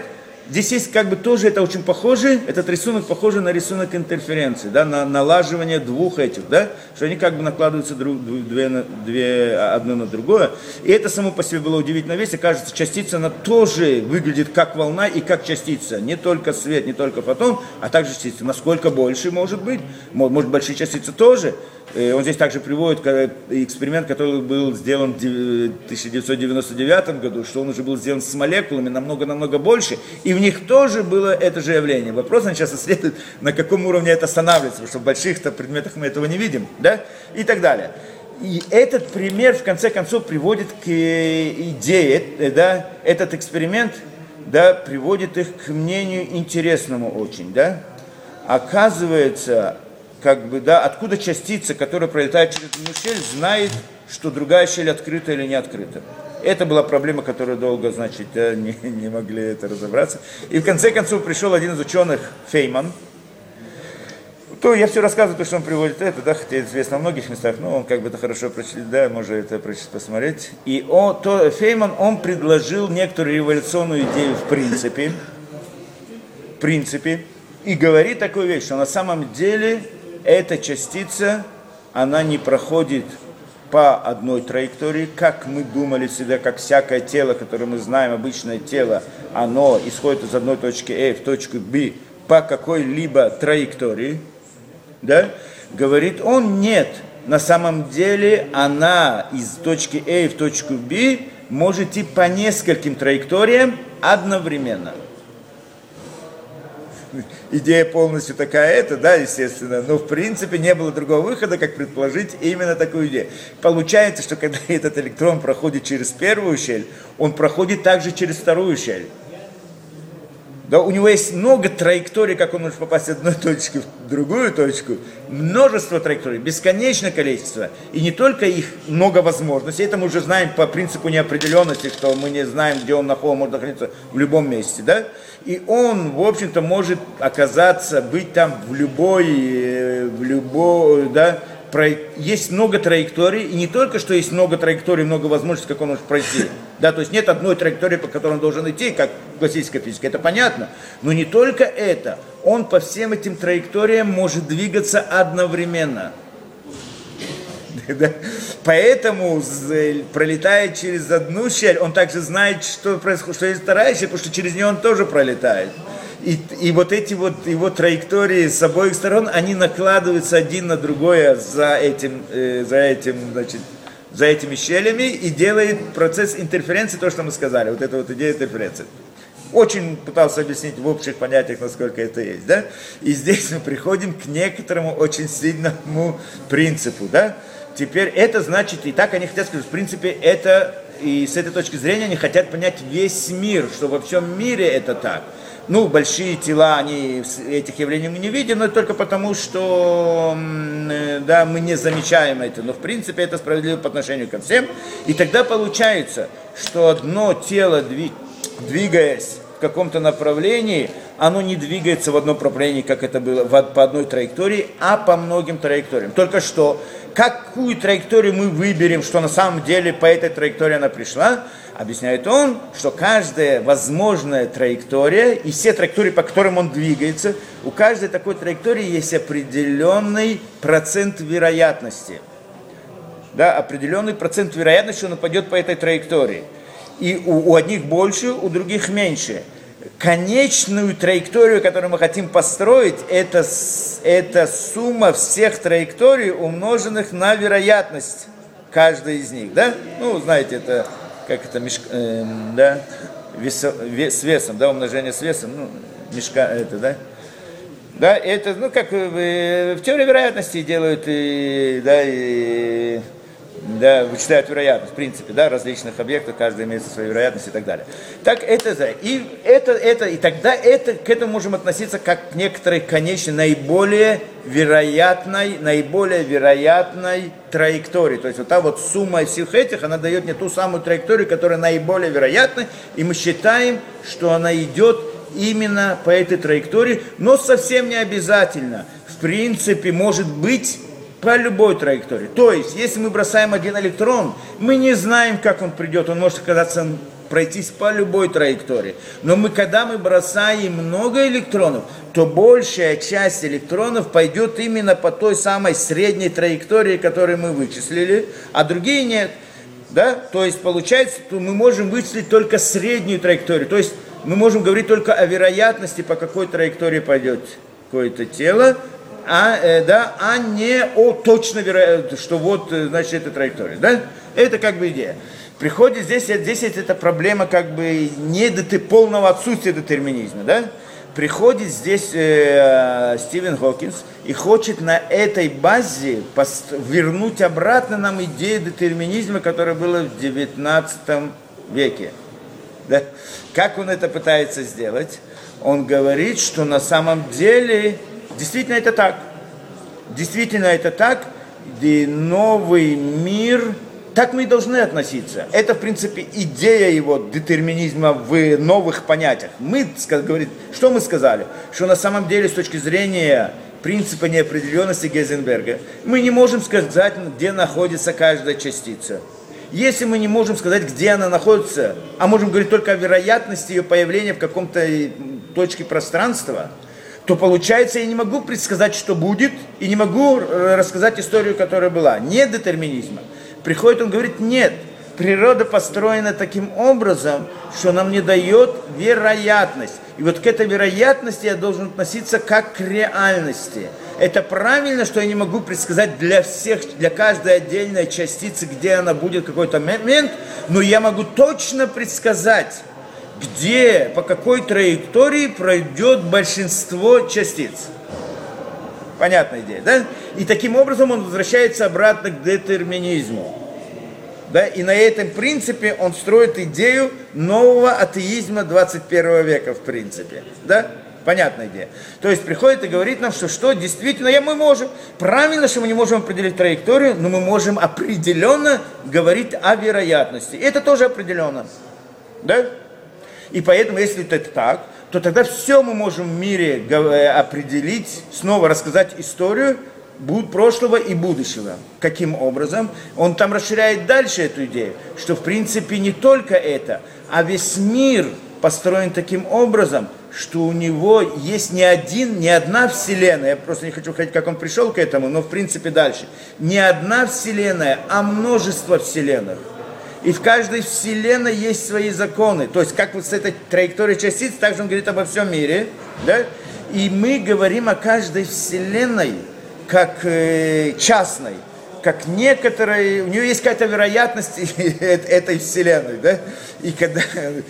Speaker 1: здесь есть как бы тоже это очень похоже, этот рисунок похож на рисунок интерференции, да, на налаживание двух этих, да, что они как бы накладываются друг, две, на, две, одно на другое. И это само по себе было удивительно вещь. Кажется, частица, она тоже выглядит как волна и как частица. Не только свет, не только фотон, а также частица. Насколько больше может быть? Может, большие частицы тоже. Он здесь также приводит эксперимент, который был сделан в тысяча девятьсот девяносто девятом году, что он уже был сделан с молекулами намного-намного больше, и в них тоже было это же явление. Вопрос он сейчас исследует, на каком уровне это останавливается, потому что в больших-то предметах мы этого не видим, да, и так далее. И этот пример, в конце концов, приводит к идее, да, этот эксперимент, да, приводит их к мнению интересному очень, да. Оказывается, как бы, да, откуда частица, которая пролетает через одну щель, знает, что другая щель открыта или не открыта. Это была проблема, которую долго, значит, не, не могли это разобраться. И в конце концов пришел один из ученых, Фейман. То я все рассказываю, то, что он приводит это, да, хотя известно в многих местах, но он как бы это хорошо прочитал, да, можно это прочитать, посмотреть. И он, то, Фейман, он предложил некоторую революционную идею в принципе, в принципе, и говорит такую вещь, что на самом деле эта частица, она не проходит по одной траектории, как мы думали всегда, как всякое тело, которое мы знаем, обычное тело, оно исходит из одной точки A в точку B по какой-либо траектории, да? Говорит он, нет, на самом деле она из точки A в точку B может идти по нескольким траекториям одновременно. Идея полностью такая, это, да, естественно, но в принципе не было другого выхода, как предположить именно такую идею. Получается, что когда этот электрон проходит через первую щель, он проходит также через вторую щель. Да, у него есть много траекторий, как он может попасть с одной точки в другую точку, множество траекторий, бесконечное количество, и не только их много возможностей, это мы уже знаем по принципу неопределенности, что мы не знаем, где он находится, может находиться в любом месте, да, и он, в общем-то, может оказаться, быть там в любой, в любой, да, есть много траекторий, и не только, что есть много траекторий, много возможностей, как он может пройти. Да, то есть нет одной траектории, по которой он должен идти, как классическая физика, это понятно. Но не только это, он по всем этим траекториям может двигаться одновременно. Поэтому, пролетая через одну щель, он также знает, что происходит, что есть вторая щель, потому что через нее он тоже пролетает. И, и вот эти вот его траектории с обоих сторон, они накладываются один на другое за этим, э, за этим, значит, за этими щелями и делает процесс интерференции, то, что мы сказали, вот эта вот идея интерференции. Очень пытался объяснить в общих понятиях, насколько это есть, да? И здесь мы приходим к некоторому очень сильному принципу, да? Теперь это значит, и так они хотят сказать, в принципе, это, и с этой точки зрения они хотят понять весь мир, что во всем мире это так. Ну, большие тела, они этих явлений мы не видим, но только потому, что да, мы не замечаем это. Но в принципе это справедливо по отношению ко всем. И тогда получается, что одно тело, двигаясь в каком-то направлении, оно не двигается в одном направлении, как это было по одной траектории, а по многим траекториям. Только что, какую траекторию мы выберем, что на самом деле по этой траектории она пришла, объясняет он, что каждая возможная траектория и все траектории, по которым он двигается, у каждой такой траектории есть определенный процент вероятности. Да, определенный процент вероятности, что он пойдет по этой траектории. И у, у одних больше, у других меньше. Конечную траекторию, которую мы хотим построить, это, это сумма всех траекторий, умноженных на вероятность каждой из них. Да? Ну, знаете, это... как это, мешка, э, да, весо, вес, с весом, да, умножение с весом, ну, мешка, это, да, да, это, ну, как э, в теории вероятности делают, и, да, и, да, вычисляют вероятность, в принципе, да, различных объектов, каждый имеет свою вероятность и так далее. Так это, да, и это, это, и тогда это, к этому можем относиться как к некоторой конечной, наиболее вероятной, наиболее вероятной траектории. То есть вот та вот сумма всех этих, она дает мне ту самую траекторию, которая наиболее вероятна, и мы считаем, что она идет именно по этой траектории, но совсем не обязательно. В принципе, может быть по любой траектории. То есть, если мы бросаем один электрон, мы не знаем, как он придет. Он может оказаться
Speaker 2: пройтись по любой траектории. Но мы, когда мы бросаем много электронов, то большая часть электронов пойдет именно по той самой средней траектории, которую мы вычислили, а другие нет. Да? То есть получается, что мы можем вычислить только среднюю траекторию. То есть мы можем говорить только о вероятности, по какой траектории пойдет какое-то тело, а, э, да, а не о точно вероятности, что вот, значит, это траектория. Да? Это как бы идея. Приходит здесь, здесь эта проблема как бы не до полного отсутствия детерминизма. Да? Приходит здесь э, Стивен Хокинс и хочет на этой базе пост- вернуть обратно нам идею детерминизма, которая была в девятнадцатом веке. Да? Как он это пытается сделать? Он говорит, что на самом деле действительно это так. Действительно это так. И новый мир, так мы и должны относиться. Это, в принципе, идея его детерминизма в новых понятиях. Мы, говорит, что мы сказали? Что на самом деле, с точки зрения принципа неопределенности Гейзенберга, мы не можем сказать, где находится каждая частица. Если мы не можем сказать, где она находится, а можем говорить только о вероятности ее появления в каком-то точке пространства, то получается, я не могу предсказать, что будет, и не могу рассказать историю, которая была. Нет детерминизма. Приходит, он говорит, нет, природа построена таким образом, что нам не дает вероятность. И вот к этой вероятности я должен относиться как к реальности. Это правильно, что я не могу предсказать для всех, для каждой отдельной частицы, где она будет в какой-то момент, но я могу точно предсказать, где, по какой траектории пройдет большинство частиц. Понятная идея, да? И таким образом он возвращается обратно к детерминизму. Да? И на этом принципе он строит идею нового атеизма двадцать первого века, в принципе. Да? Понятная идея. То есть приходит и говорит нам, что, что действительно мы можем. Правильно, что мы не можем определить траекторию, но мы можем определенно говорить о вероятности. Это тоже определенно. Да? И поэтому, если это так, то тогда все мы можем в мире определить, снова рассказать историю прошлого и будущего. Каким образом? Он там расширяет дальше эту идею, что в принципе не только это, а весь мир построен таким образом, что у него есть не один, не одна вселенная, я просто не хочу ходить, как он пришел к этому, но в принципе дальше. Не одна вселенная, а множество вселенных. И в каждой вселенной есть свои законы. То есть, как вот с этой траекторией частиц, также он говорит обо всем мире. Да? И мы говорим о каждой вселенной как э, частной, как некоторой, у нее есть какая-то вероятность этой вселенной. Да? И, когда,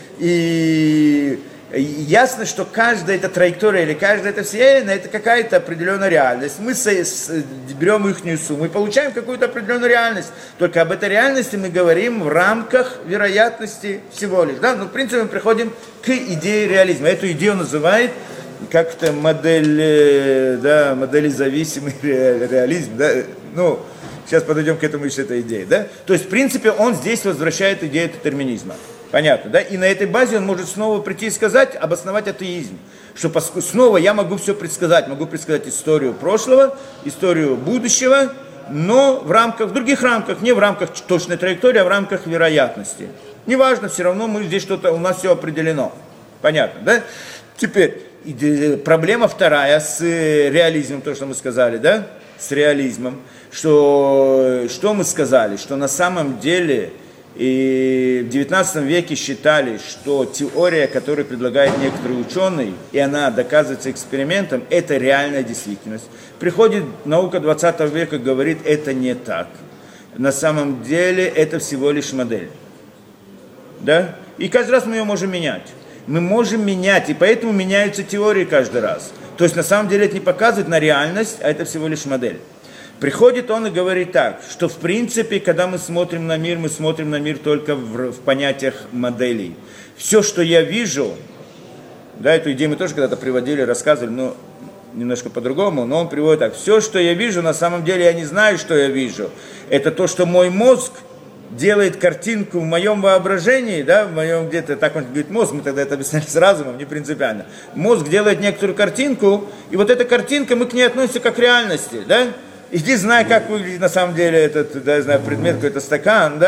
Speaker 2: и ясно, что каждая эта траектория или каждая эта вселенная, это какая-то определенная реальность. Мы с, с, берем их сумму и получаем какую-то определенную реальность. Только об этой реальности мы говорим в рамках вероятности всего лишь. Да? Но в принципе мы приходим к идее реализма. Эту идею называют как-то модель, да, модели зависимый реализм. Да? Ну, сейчас подойдем к этому еще этой идее. Да? То есть в принципе он здесь возвращает идею детерминизма. Понятно, да? И на этой базе он может снова прийти и сказать, обосновать атеизм. Что снова я могу все предсказать, могу предсказать историю прошлого, историю будущего, но в рамках, в других рамках, не в рамках точной траектории, а в рамках вероятности. Неважно, все равно мы здесь что-то, у нас все определено. Понятно, да? Теперь, проблема вторая с реализмом, то, что мы сказали, да? С реализмом. Что, что мы сказали? Что на самом деле... И в девятнадцатом веке считали, что теория, которую предлагает некоторый ученый, и она доказывается экспериментом, это реальная действительность. Приходит наука двадцатого века, говорит, это не так. На самом деле это всего лишь модель. Да? И каждый раз мы ее можем менять. Мы можем менять, и поэтому меняются теории каждый раз. То есть на самом деле это не показывает на реальность, а это всего лишь модель. Приходит он и говорит так, что в принципе, когда мы смотрим на мир, мы смотрим на мир только в, в понятиях моделей. Все, что я вижу, да, эту идею мы тоже когда-то приводили, рассказывали, но немножко по-другому, но он приводит так, все, что я вижу, на самом деле я не знаю, что я вижу. Это то, что мой мозг делает картинку в моем воображении, да, в моем где-то, так он говорит, мозг, мы тогда это объясняли с разумом, не принципиально. Мозг делает некоторую картинку, и вот эта картинка, мы к ней относимся как к реальности, да. Иди знай, как выглядит на самом деле этот, да, я знаю, предмет, какой-то стакан, да,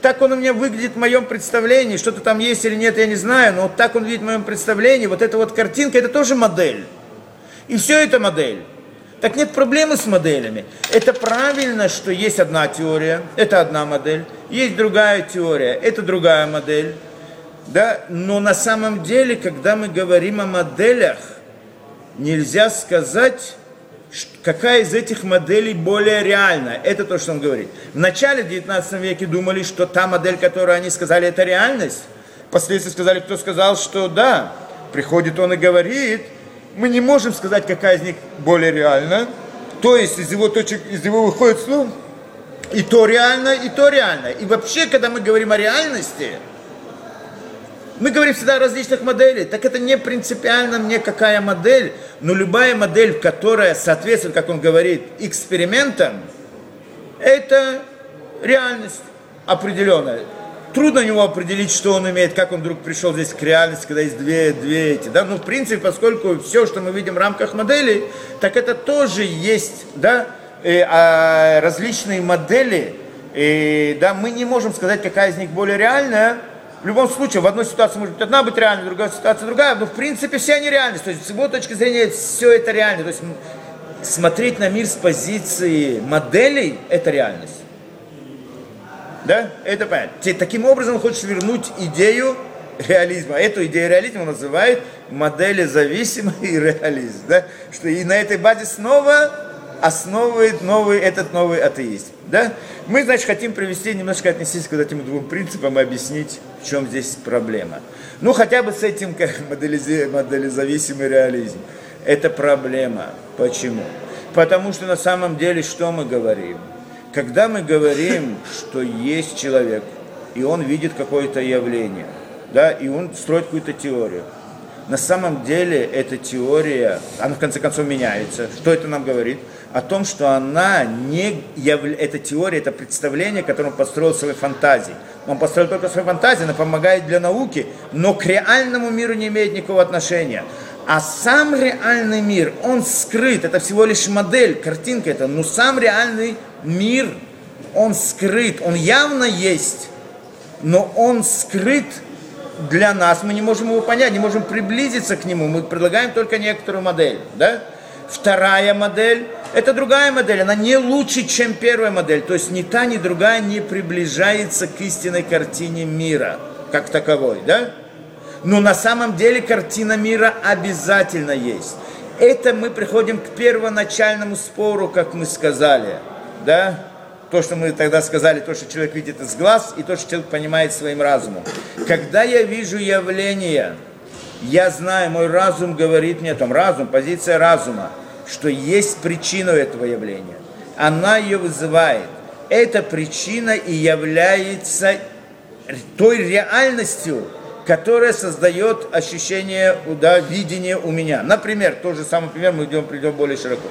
Speaker 2: Так он у меня выглядит в моем представлении, что-то там есть или нет, я не знаю, но вот так он видит в моем представлении, вот эта вот картинка, это тоже модель. И все это модель. Так нет проблемы с моделями. Это правильно, что есть одна теория, это одна модель, есть другая теория, это другая модель. Да? Но на самом деле, когда мы говорим о моделях, нельзя сказать, какая из этих моделей более реальна. Это то, что он говорит. В начале девятнадцатого веке думали, что та модель, которую они сказали, это реальность. Впоследствии сказали, кто сказал, что да. Приходит он и говорит, мы не можем сказать, какая из них более реальна. То есть из его точек, из его выходит слово, и то реально, и то реально. И вообще, когда мы говорим о реальности, мы говорим всегда о различных моделях. Так это не принципиально мне какая модель, но любая модель, которая соответствует, как он говорит, экспериментам, это реальность определенная. Трудно у него определить, что он имеет, как он вдруг пришел здесь к реальности, когда есть две, две эти, да, ну, в принципе, поскольку все, что мы видим в рамках моделей, так это тоже есть, да, э, а различные модели, э, да, мы не можем сказать, какая из них более реальная. В любом случае, в одной ситуации может быть одна быть реальной, в другой ситуации другая, но, в принципе, все они реальны, то есть, с его точки зрения, все это реально, то есть, смотреть на мир с позиции моделей, это реальность. Да? Это понятно. Таким образом, он хочет вернуть идею реализма. Эту идею реализма он называет моделезависимый реализм. Да? Что и на этой базе снова основывает новый, этот новый атеизм. Да? Мы, значит, хотим привести, немножко отнестись к этим двум принципам и объяснить, в чем здесь проблема. Ну, хотя бы с этим как моделезависимый реализм. Это проблема. Почему? Потому что на самом деле, что мы говорим? Когда мы говорим, что есть человек, и он видит какое-то явление, да, и он строит какую-то теорию, на самом деле эта теория, она в конце концов меняется. Что это нам говорит? О том, что она не является, эта теория, это представление, которое он построил в своей фантазии. Он построил только свою фантазию, она помогает для науки, но к реальному миру не имеет никакого отношения. А сам реальный мир, он скрыт, это всего лишь модель, картинка это, но сам реальный мир, он скрыт, он явно есть, но он скрыт для нас, мы не можем его понять, не можем приблизиться к нему, мы предлагаем только некоторую модель, да? Вторая модель, это другая модель, она не лучше, чем первая модель, то есть ни та, ни другая не приближается к истинной картине мира, как таковой, да? Но на самом деле картина мира обязательно есть. Это мы приходим к первоначальному спору, как мы сказали, да? То, что мы тогда сказали, то, что человек видит из глаз, и то, что человек понимает своим разумом. Когда я вижу явление, я знаю, мой разум говорит мне, там разум, позиция разума, что есть причина этого явления. Она ее вызывает. Эта причина и является той реальностью, которая создает ощущение, да, видения у меня. Например, тот же самый пример, мы идем, придем более широко.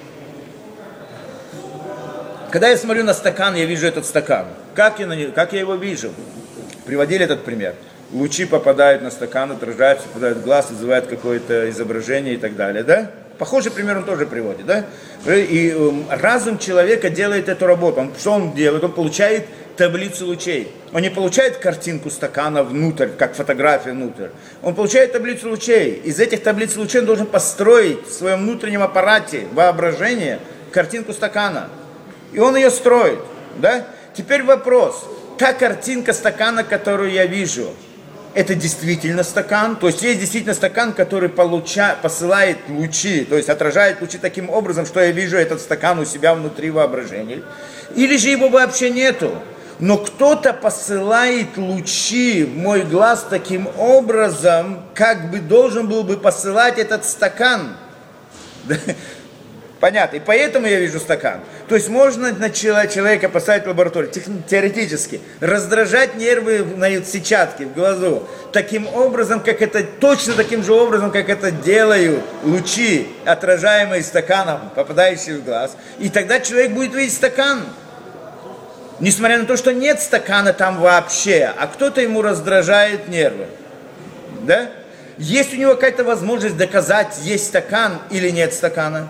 Speaker 2: Когда я смотрю на стакан, я вижу этот стакан. Как я, на него, как я его вижу? Приводили этот пример. Лучи попадают на стакан, отражаются, попадают в глаз, вызывают какое-то изображение и так далее, да? Похожий пример он тоже приводит, да? И э, разум человека делает эту работу. Он, что он делает? Он получает таблицу лучей. Он не получает картинку стакана внутрь, как фотография внутрь. Он получает таблицу лучей. Из этих таблиц лучей он должен построить в своем внутреннем аппарате воображение картинку стакана. И он ее строит, да? Теперь вопрос. Та картинка стакана, которую я вижу, это действительно стакан? То есть есть действительно стакан, который получа, посылает лучи, то есть отражает лучи таким образом, что я вижу этот стакан у себя внутри воображения? Или же его вообще нету? Но кто-то посылает лучи в мой глаз таким образом, как бы должен был бы посылать этот стакан. Понятно. И поэтому я вижу стакан. То есть можно на человека поставить в лабораторию, теоретически, раздражать нервы на сетчатке в глазу, таким образом, как это, точно таким же образом, как это делают лучи, отражаемые стаканом, попадающие в глаз. И тогда человек будет видеть стакан. Несмотря на то, что нет стакана там вообще, а кто-то ему раздражает нервы. Да? Есть у него какая-то возможность доказать, есть стакан или нет стакана?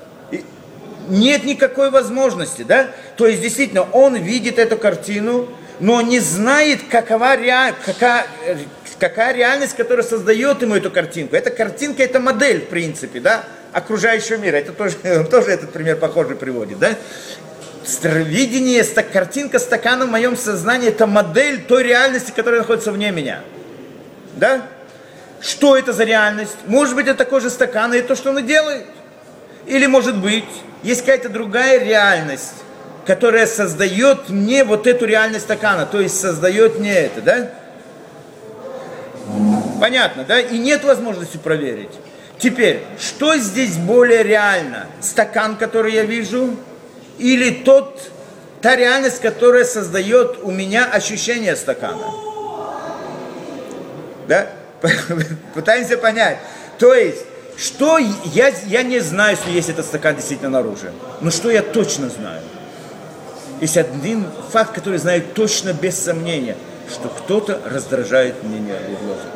Speaker 2: Нет никакой возможности, да? То есть, действительно, он видит эту картину, но он не знает, какова rea... какая... какая реальность, которая создает ему эту картинку. Эта картинка, это модель, в принципе, да, окружающего мира. Это тоже, он тоже этот пример похожий приводит, да. Видение, картинка стакана в моем сознании, это модель той реальности, которая находится вне меня. Да? Что это за реальность? Может быть, это такой же стакан, и то, что он и делает. Или, может быть, есть какая-то другая реальность, которая создает мне вот эту реальность стакана, то есть создает мне это, да? Понятно, да? И нет возможности проверить. Теперь, что здесь более реально? Стакан, который я вижу, или тот, та реальность, которая создает у меня ощущение стакана? Да? Пытаемся понять. То есть, что я, я не знаю, что есть этот стакан действительно наружу. Но что я точно знаю? Есть один факт, который знаю точно, без сомнения, что кто-то раздражает меня в глазу.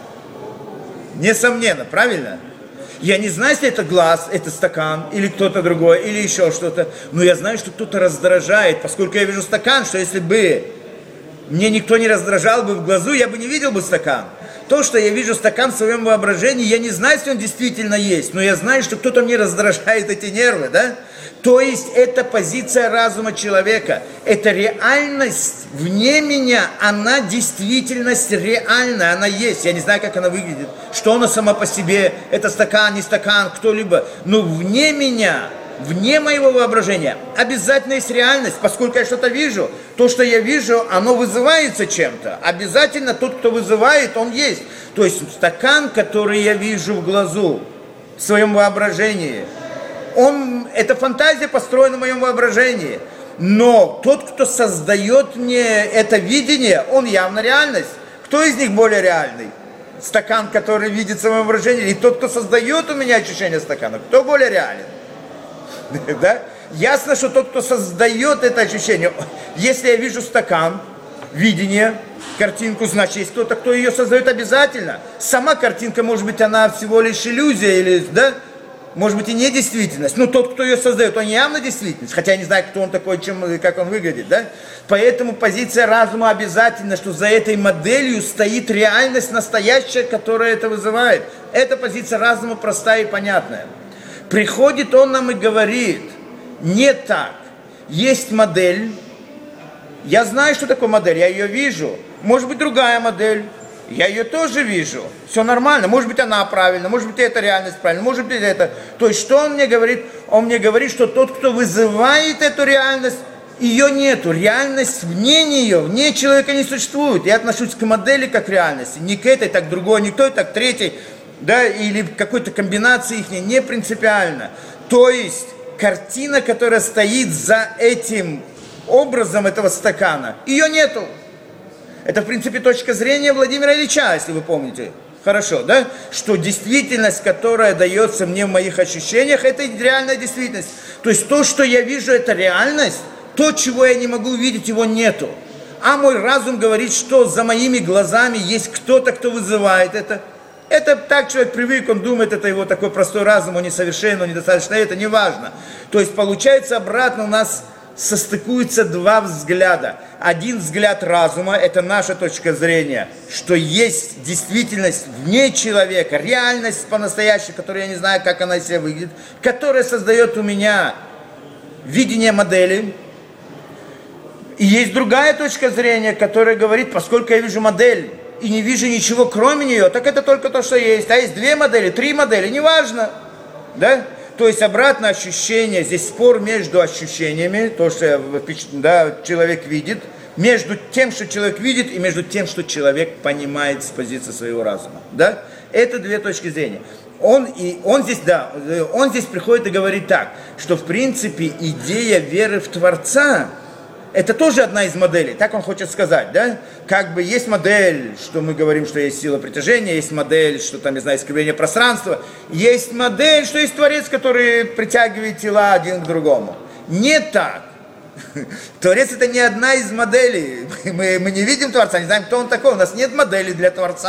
Speaker 2: Несомненно, правильно? Я не знаю, если это глаз, это стакан, или кто-то другой, или еще что-то. Но я знаю, что кто-то раздражает, поскольку я вижу стакан, что если бы мне никто не раздражал бы в глазу, я бы не видел бы стакан. То, что я вижу стакан в своем воображении, я не знаю, если он действительно есть, но я знаю, что кто-то мне раздражает эти нервы, да? То есть это позиция разума человека. Это реальность вне меня, она действительность реальная, она есть. Я не знаю, как она выглядит, что она сама по себе, это стакан, не стакан, кто-либо. Но вне меня, вне моего воображения обязательно есть реальность, поскольку я что-то вижу. То, что я вижу, оно вызывается чем-то. Обязательно тот, кто вызывает, он есть. То есть стакан, который я вижу в глазу, в своем воображении, он, эта фантазия построена в моем воображении. Но тот, кто создает мне это видение, он явно реальность. Кто из них более реальный? Стакан, который видится в моем воображении, и тот, кто создает у меня ощущение стакана, кто более реален? Да? Ясно, что тот, кто создает это ощущение, если я вижу стакан, видение, картинку, значит, есть кто-то, кто ее создает обязательно. Сама картинка, может быть, она всего лишь иллюзия, или, да? Может быть, и не действительность. Но тот, кто ее создает, он явно действительность. Хотя я не знаю, кто он такой, чем, как он выглядит. Да? Поэтому позиция разума обязательно, что за этой моделью стоит реальность настоящая, которая это вызывает. Эта позиция разума простая и понятная. Приходит он нам и говорит, не так. Есть модель. Я знаю, что такое модель, я ее вижу. Может быть, другая модель. Я ее тоже вижу. Все нормально. Может быть, она правильна, может быть, эта реальность правильна, может быть, это. То есть, что он мне говорит? Он мне говорит, что тот, кто вызывает эту реальность, ее нету. Реальность вне нее, вне человека не существует. Я отношусь к модели как к реальности. Не к этой, так к другой, не к той, так к третьей. Да, или к какой-то комбинации их, не принципиально. То есть, картина, которая стоит за этим образом этого стакана, ее нету. Это, в принципе, точка зрения Владимира Ильича, если вы помните. Хорошо, да? Что действительность, которая дается мне в моих ощущениях, это реальная действительность. То есть то, что я вижу, это реальность. То, чего я не могу увидеть, его нету. А мой разум говорит, что за моими глазами есть кто-то, кто вызывает это. Это так человек привык, он думает, это его такой простой разум, он несовершенен, он недостаточно, это не важно. То есть получается обратно у нас состыкуются два взгляда. Один взгляд разума, это наша точка зрения, что есть действительность вне человека, реальность по-настоящему, которую я не знаю, как она из себя выглядит, которая создает у меня видение модели. И есть другая точка зрения, которая говорит, поскольку я вижу модель и не вижу ничего кроме нее, так это только то, что есть. А есть две модели, три модели, неважно. Да? То есть обратное ощущение, здесь спор между ощущениями, то, что да, человек видит, между тем, что человек видит, и между тем, что человек понимает с позиции своего разума. Да? Это две точки зрения. Он, и, он, здесь, да, он здесь приходит и говорит так, что в принципе идея веры в Творца, это тоже одна из моделей, так он хочет сказать, да? Как бы есть модель, что мы говорим, что есть сила притяжения, есть модель, что там, не знаю, искривление пространства, есть модель, что есть Творец, который притягивает тела один к другому. Не так. Творец это не одна из моделей. Мы, мы не видим Творца, не знаем, кто он такой, у нас нет модели для Творца.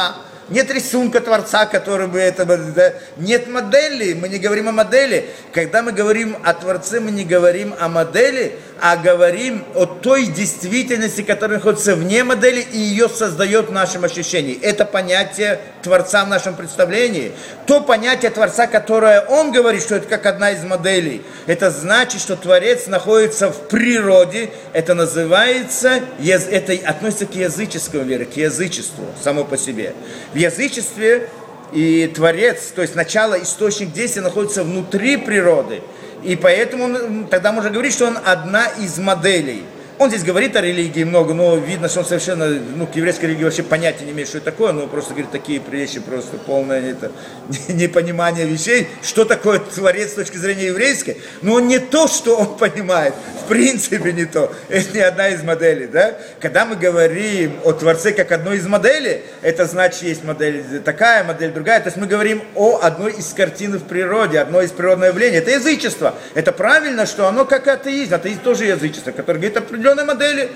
Speaker 2: Нет рисунка Творца, который бы это... Да, нет модели, мы не говорим о модели. Когда мы говорим о Творце, мы не говорим о модели, а говорим о той действительности, которая находится вне модели и ее создает в нашем ощущении. Это понятие Творца в нашем представлении. То понятие Творца, которое он говорит, что это как одна из моделей, это значит, что Творец находится в природе. Это называется, это относится к языческому вере, к язычеству само по себе. В язычестве и Творец, то есть начало, источник действия находится внутри природы. И поэтому он, тогда можно говорить, что он одна из моделей. Он здесь говорит о религии много, но видно, что он совершенно, ну, к еврейской религии вообще понятия не имеет, что это такое, но он просто говорит такие вещи, просто полное это, непонимание вещей, что такое Творец с точки зрения еврейской, но он не то, что он понимает, в принципе не то, это не одна из моделей, да? Когда мы говорим о Творце как одной из моделей, это значит, есть модель такая, модель другая, то есть мы говорим о одной из картин в природе, одной из природных явлений, это язычество, это правильно, что оно как атеизм, атеизм тоже язычество, который говорит определенно модели,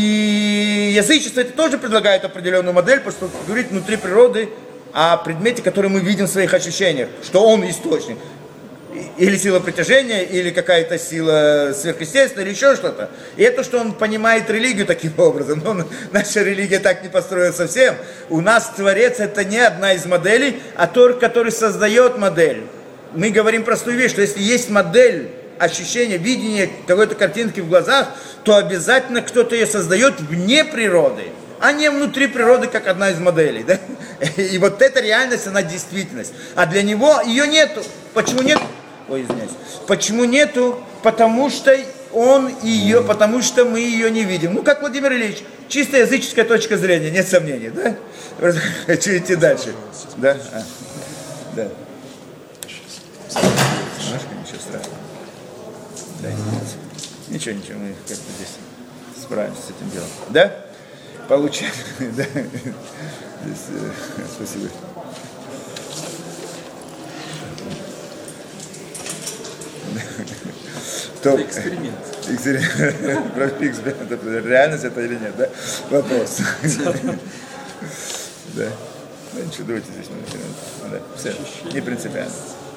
Speaker 2: и язычество это тоже предлагает определенную модель, потому что говорит внутри природы о предмете, который мы видим в своих ощущениях, что он источник, или сила притяжения, или какая-то сила сверхъестественная, или еще что-то. И это, что он понимает религию таким образом, но наша религия так не построена совсем. У нас Творец это не одна из моделей, а тот, который создает модель. Мы говорим простую вещь, что если есть модель, ощущение, видение какой-то картинки в глазах, то обязательно кто-то ее создает вне природы, а не внутри природы, как одна из моделей. Да? И вот эта реальность, она действительность. А для него ее нету. Почему нет? Ой, извиняюсь. Почему нету? Потому что он ее, потому что мы ее не видим. Ну, как Владимир Ильич, чисто языческая точка зрения, нет сомнений, да? Хочу идти дальше. Да? А. Да. Ничего страшного. Да, ничего, ничего, мы как-то здесь справимся с этим делом. Да? Получается. Да. Здесь, э, спасибо. То, это эксперимент. Эксперимент. Эксперимент. Реальность это или нет, да? Вопрос. Да. Ну ничего, давайте здесь. Да. Все. Не принципиально.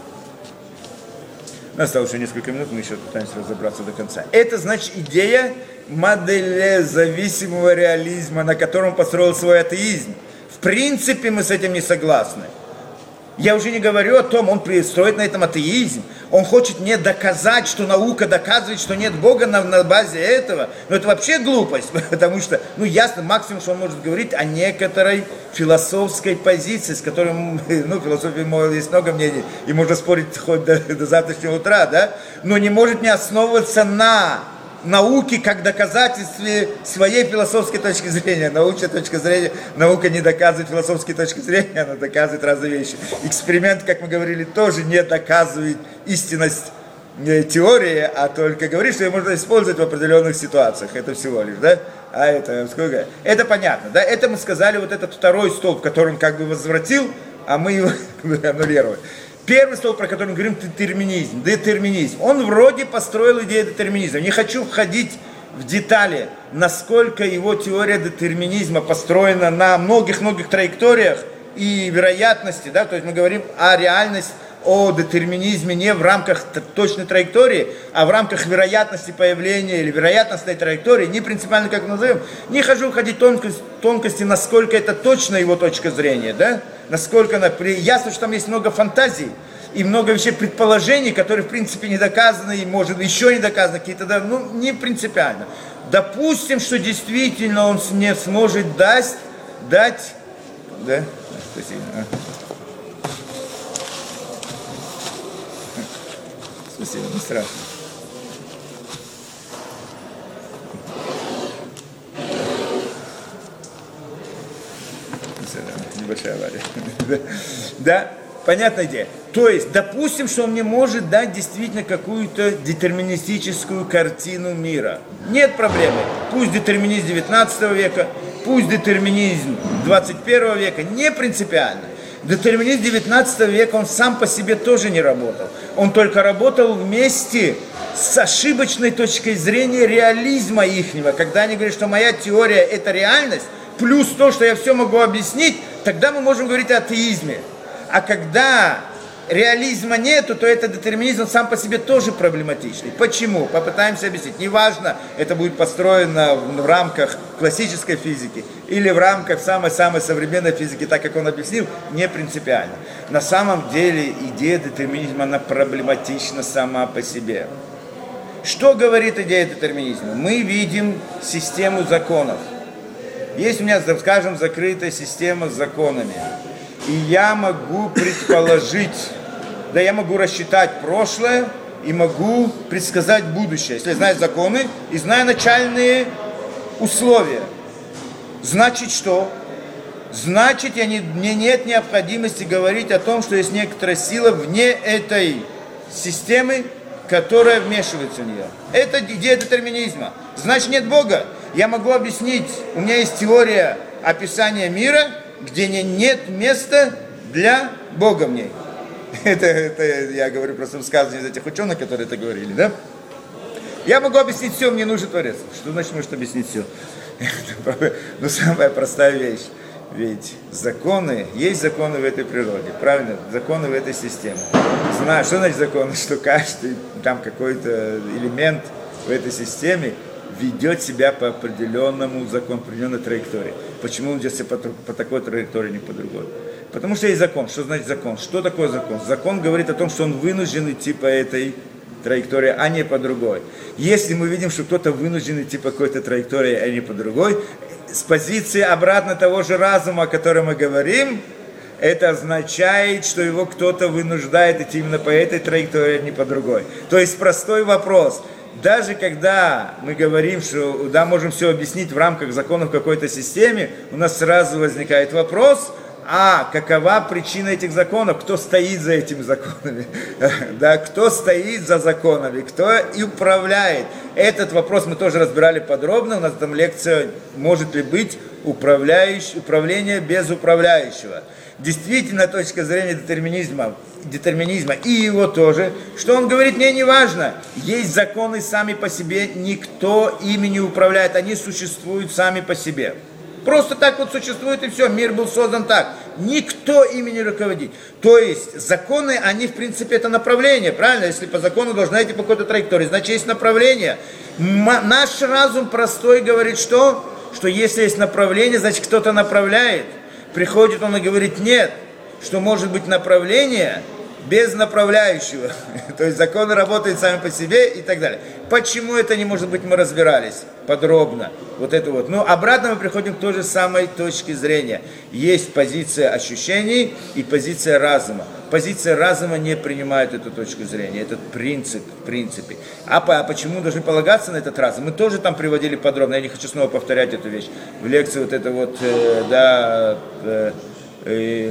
Speaker 2: У нас осталось еще несколько минут, мы еще пытаемся разобраться до конца. Это значит идея модели зависимого реализма, на котором построил свой атеизм. В принципе, мы с этим не согласны. Я уже не говорю о том, он строит на этом атеизм. Он хочет мне доказать, что наука доказывает, что нет Бога на, на базе этого. Но это вообще глупость, потому что, ну ясно, максимум, что он может говорить о некоторой философской позиции, с которой, ну, в философии есть много мнений, и можно спорить хоть до, до завтрашнего утра, да, но не может не основываться на науки как доказательстве своей философской точки зрения. Научная точка зрения, наука не доказывает философской точки зрения, она доказывает разные вещи. Эксперимент, как мы говорили, тоже не доказывает истинность теории, а только говорит, что ее можно использовать в определенных ситуациях. Это всего лишь, да? А это сколько? Это понятно, да? Это мы сказали, вот этот второй столб, который он как бы возвратил, а мы его аннулировали. Первый столб, про который мы говорим, детерминизм, детерминизм. Он вроде построил идею детерминизма. Не хочу входить в детали, насколько его теория детерминизма построена на многих-многих траекториях и вероятности, да, то есть мы говорим о реальности, о детерминизме не в рамках точной траектории, а в рамках вероятности появления или вероятностной траектории, не принципиально как мы назовем. Не хочу входить в тонкость, тонкости, насколько это точно его точка зрения, да? Насколько она... Ясно, что там есть много фантазий и много вещей, предположений, которые в принципе не доказаны и, может, еще не доказаны, какие-то, да, ну, не принципиально. Допустим, что действительно он не сможет дать, дать, да? Спасибо. Спасибо, не страшно. Небольшая авария. Да, понятная идея. То есть, допустим, что он не может дать действительно какую-то детерминистическую картину мира. Нет проблемы. Пусть детерминизм девятнадцатого века, пусть детерминизм двадцать первого века, не принципиально. Детерминизм девятнадцатого века, он сам по себе тоже не работал. Он только работал вместе с ошибочной точкой зрения реализма ихнего. Когда они говорят, что моя теория это реальность, плюс то, что я все могу объяснить, тогда мы можем говорить о атеизме. А когда реализма нету, то этот детерминизм сам по себе тоже проблематичный. Почему? Попытаемся объяснить. Неважно, это будет построено в, в рамках классической физики или в рамках самой-самой современной физики, так как он объяснил, не принципиально. На самом деле идея детерминизма, она проблематична сама по себе. Что говорит идея детерминизма? Мы видим систему законов. Есть у меня, скажем, закрытая система с законами. И я могу предположить, да, я могу рассчитать прошлое и могу предсказать будущее. Если я знаю законы и знаю начальные условия. Значит что? Значит, я не, мне нет необходимости говорить о том, что есть некоторая сила вне этой системы, которая вмешивается в нее. Это идея детерминизма. Значит, нет Бога. Я могу объяснить, у меня есть теория описания мира, где нет места для Бога в ней. Это, это я говорю просто высказывание из этих ученых, которые это говорили, да? Я могу объяснить все, мне нужен Творец. Что значит может объяснить все? Ну, самая простая вещь. Ведь законы, есть законы в этой природе, правильно? Законы в этой системе. Знаю, что значит законы? Что каждый там какой-то элемент в этой системе ведет себя по определенному закону, по определенной траектории. Почему он ведет себя по, по такой траектории, не по другой? Потому что есть закон. Что значит закон? Что такое закон? Закон говорит о том, что он вынужден идти по этой траектории, а не по другой. Если мы видим, что кто-то вынужден идти по какой-то траектории, а не по другой, с позиции обратно того же разума, о котором мы говорим, это означает, что его кто-то вынуждает идти именно по этой траектории, а не по другой. То есть простой вопрос. Даже когда мы говорим, что да, можем все объяснить в рамках законов какой-то системе, у нас сразу возникает вопрос, а какова причина этих законов, кто стоит за этими законами, да, кто стоит за законами, кто и управляет. Этот вопрос мы тоже разбирали подробно, у нас там лекция «Может ли быть управляющий, управление без управляющего?». Действительно, точка зрения детерминизма, детерминизма и его тоже, что он говорит, мне не важно, есть законы сами по себе, никто ими не управляет, они существуют сами по себе. Просто так вот существует и все, мир был создан так, никто ими не руководит. То есть законы, они в принципе это направление, правильно? Если по закону должна идти по какой-то траектории, значит есть направление. М- наш разум простой говорит что? Что если есть направление, значит кто-то направляет. Приходит он и говорит, нет, что может быть направление без направляющего. То есть законы работают сами по себе и так далее. Почему это не может быть, мы разбирались подробно. Вот это вот. Но обратно мы приходим к той же самой точке зрения. Есть позиция ощущений и позиция разума. Позиция разума не принимает эту точку зрения, этот принцип, в принципе. А, по, а почему должны полагаться на этот разум? Мы тоже там приводили подробно, я не хочу снова повторять эту вещь. В лекции вот это вот, э, да, э, э,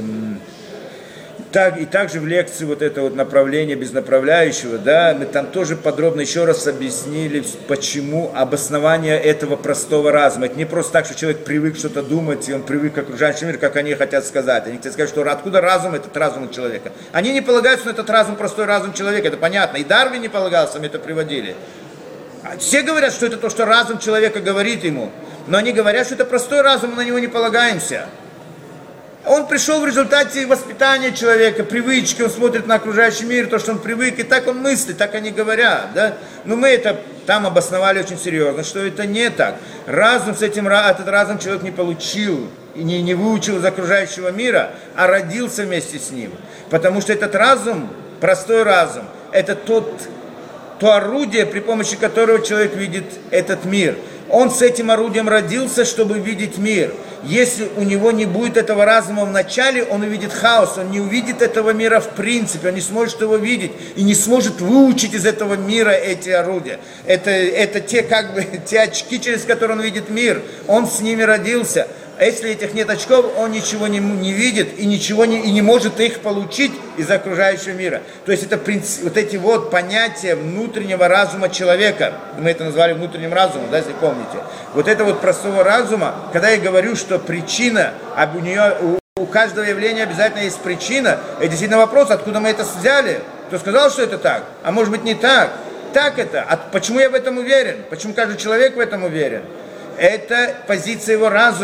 Speaker 2: Так, и также в лекции вот это вот направление без направляющего, да, мы там тоже подробно еще раз объяснили, почему обоснование этого простого разума. Это не просто так, что человек привык что-то думать, и он привык к окружающему миру, как они хотят сказать. Они хотят сказать, что откуда разум, этот разум у человека. Они не полагаются на этот разум, простой разум человека, это понятно. И Дарвин не полагался, мы это приводили. Все говорят, что это то, что разум человека говорит ему, но они говорят, что это простой разум, мы на него не полагаемся. Он пришел в результате воспитания человека, привычки, он смотрит на окружающий мир, то, что он привык, и так он мыслит, так они говорят, да. Но мы это там обосновали очень серьезно, что это не так. Разум с этим, этот разум человек не получил, и не, не выучил из окружающего мира, а родился вместе с ним. Потому что этот разум, простой разум, это тот, то орудие, при помощи которого человек видит этот мир. Он с этим орудием родился, чтобы видеть мир. Если у него не будет этого разума в начале, он увидит хаос, он не увидит этого мира в принципе, он не сможет его видеть и не сможет выучить из этого мира эти орудия. Это, это те, как бы, те очки, через которые он видит мир, он с ними родился. А если этих нет очков, он ничего не, не видит и ничего не, и не может их получить из окружающего мира. То есть это принцип, вот эти вот понятия внутреннего разума человека, мы это назвали внутренним разумом, да, если помните. Вот это вот простого разума, когда я говорю, что причина, а у нее, у, у каждого явления обязательно есть причина, это действительно вопрос, откуда мы это взяли. Кто сказал, что это так? А может быть не так? Так это. А почему я в этом уверен? Почему каждый человек в этом уверен? Это позиция его разума.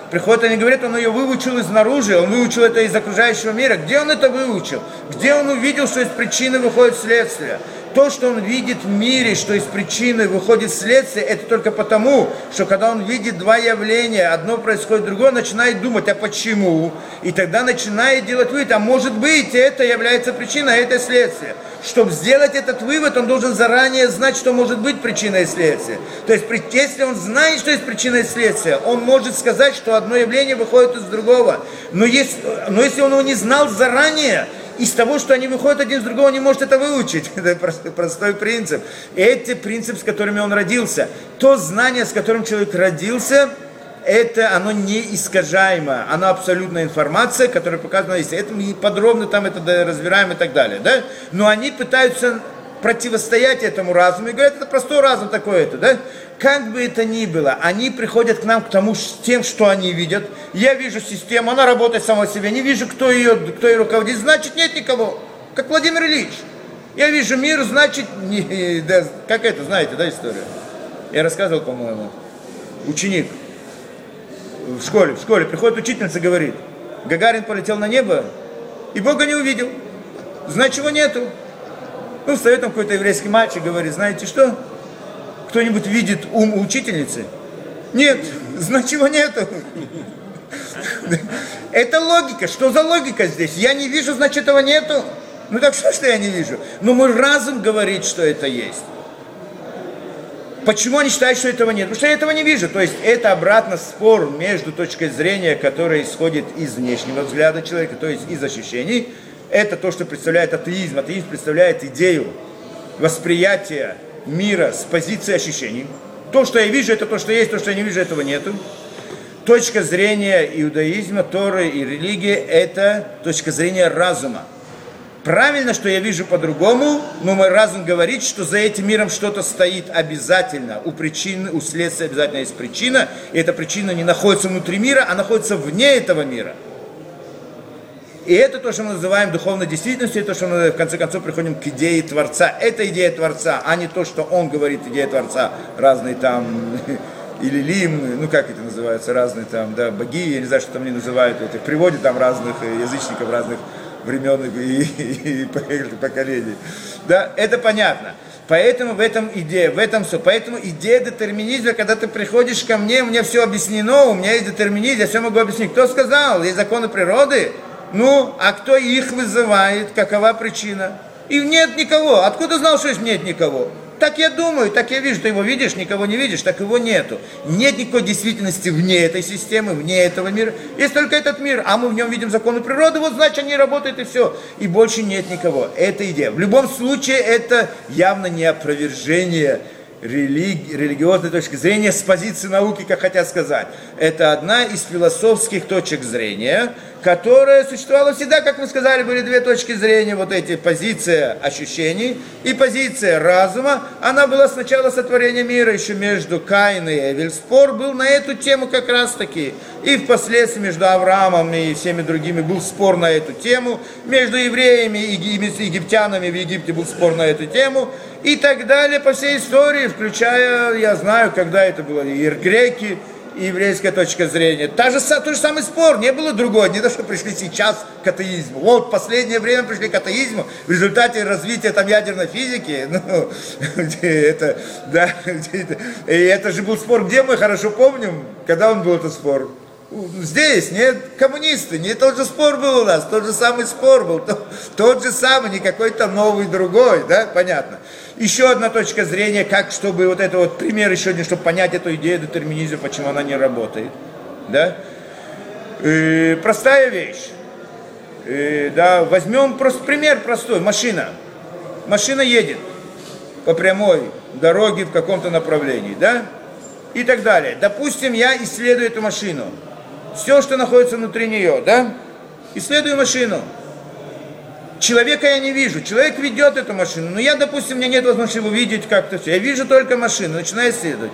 Speaker 2: приходят, они говорят, он ее выучил изнаружи, он выучил это из окружающего мира. Где он это выучил? Где он увидел, что из причины выходит следствие? То, что он видит в мире, что из причины выходит следствие, это только потому, что когда он видит два явления, одно происходит, другое, начинает думать, а почему? И тогда начинает делать вывод, а может быть, это является причиной, а это следствие. Чтобы сделать этот вывод, он должен заранее знать, что может быть причиной и следствия. То есть, если он знает, что есть причина и следствие, он может сказать, что одно явление выходит из другого. Но если, но если он его не знал заранее, из того, что они выходят один из другого, он не может это выучить. Это простой, простой принцип. И это принцип, с которыми он родился. То знание, с которым человек родился, это оно не искажаемо. Оно абсолютная информация, которая показана здесь. Это мы подробно там это разбираем и так далее. Да? Но они пытаются противостоять этому разуму и говорят, это простой разум такой-то. Да? Как бы это ни было, они приходят к нам к тому, с тем, что они видят. Я вижу систему, она работает сама себе, не вижу, кто ее, кто ее руководит, значит нет никого. Как Владимир Ильич. Я вижу мир, значит, не, да, как это, знаете, да, история? Я рассказывал, по-моему, ученик в школе, в школе приходит учительница и говорит, Гагарин полетел на небо и Бога не увидел, значит его нету. Ну, встает там какой-то еврейский мальчик, говорит, знаете что? Кто-нибудь видит ум у учительницы? Нет, значит его нету. Это логика. Что за логика здесь? Я не вижу, значит этого нету. Ну так что, что я не вижу? Но мой разум говорит, что это есть. Почему они считают, что этого нет? Потому что я этого не вижу. То есть это обратно спор между точкой зрения, которая исходит из внешнего взгляда человека, то есть из ощущений. Это то, что представляет атеизм. Атеизм представляет идею восприятия мира с позиции ощущений. То, что я вижу, это то, что есть, то, что я не вижу, этого нету. Точка зрения иудаизма, Торы и религии – это точка зрения разума. Правильно, что я вижу по-другому, но мой разум говорит, что за этим миром что-то стоит обязательно. У причины, у следствия обязательно есть причина, и эта причина не находится внутри мира, а находится вне этого мира. И это то, что мы называем духовной действительностью, это то, что мы в конце концов приходим к идее Творца. Это идея Творца, а не то, что он говорит, идея Творца. Разные там, или лим, ну как это называется, разные там, да, боги, я не знаю, что там они называют, это приводят там разных язычников, разных времен и, и, и поколений. Да, это понятно. Поэтому в этом идея, в этом все. Поэтому идея детерминизма, когда ты приходишь ко мне, мне все объяснено, у меня есть детерминизм, я все могу объяснить. Кто сказал? Есть законы природы? Ну, а кто их вызывает? Какова причина? И нет никого. Откуда знал, что нет никого? Так я думаю, так я вижу. Ты его видишь, никого не видишь, так его нету. Нет никакой действительности вне этой системы, вне этого мира. Есть только этот мир, а мы в нем видим законы природы, вот значит они работают и все. И больше нет никого. Это идея. В любом случае, это явно не опровержение религи- религиозной точки зрения с позиции науки, как хотят сказать. Это одна из философских точек зрения, которая существовала всегда, как мы сказали, были две точки зрения, вот эти, позиция ощущений и позиция разума. Она была сначала сотворения мира, еще между Каин и Эвель. Спор был на эту тему как раз таки. И впоследствии между Авраамом и всеми другими был спор на эту тему. Между евреями и египтянами в Египте был спор на эту тему. И так далее по всей истории, включая, я знаю, когда это было, и греки, и еврейская точка зрения. Та же, тот же самый спор, не было другого, не то, что пришли сейчас к атеизму. Вот в последнее время пришли к атеизму в результате развития там ядерной физики. Ну, это, да, и это же был спор, где мы хорошо помним, когда он был этот спор. Здесь, нет, коммунисты, не тот же спор был у нас, тот же самый спор был, тот, тот же самый, не какой-то новый другой, да, понятно. Еще одна точка зрения, как, чтобы вот это вот пример еще один, чтобы понять эту идею детерминизма, почему она не работает, да. И простая вещь, и, да, возьмем просто пример простой, машина, машина едет по прямой дороге в каком-то направлении, да, и так далее. Допустим, я исследую эту машину. Все, что находится внутри нее, да? Исследую машину. Человека я не вижу. Человек ведет эту машину. Но я, допустим, у меня нет возможности увидеть как-то все. Я вижу только машину, начинаю исследовать.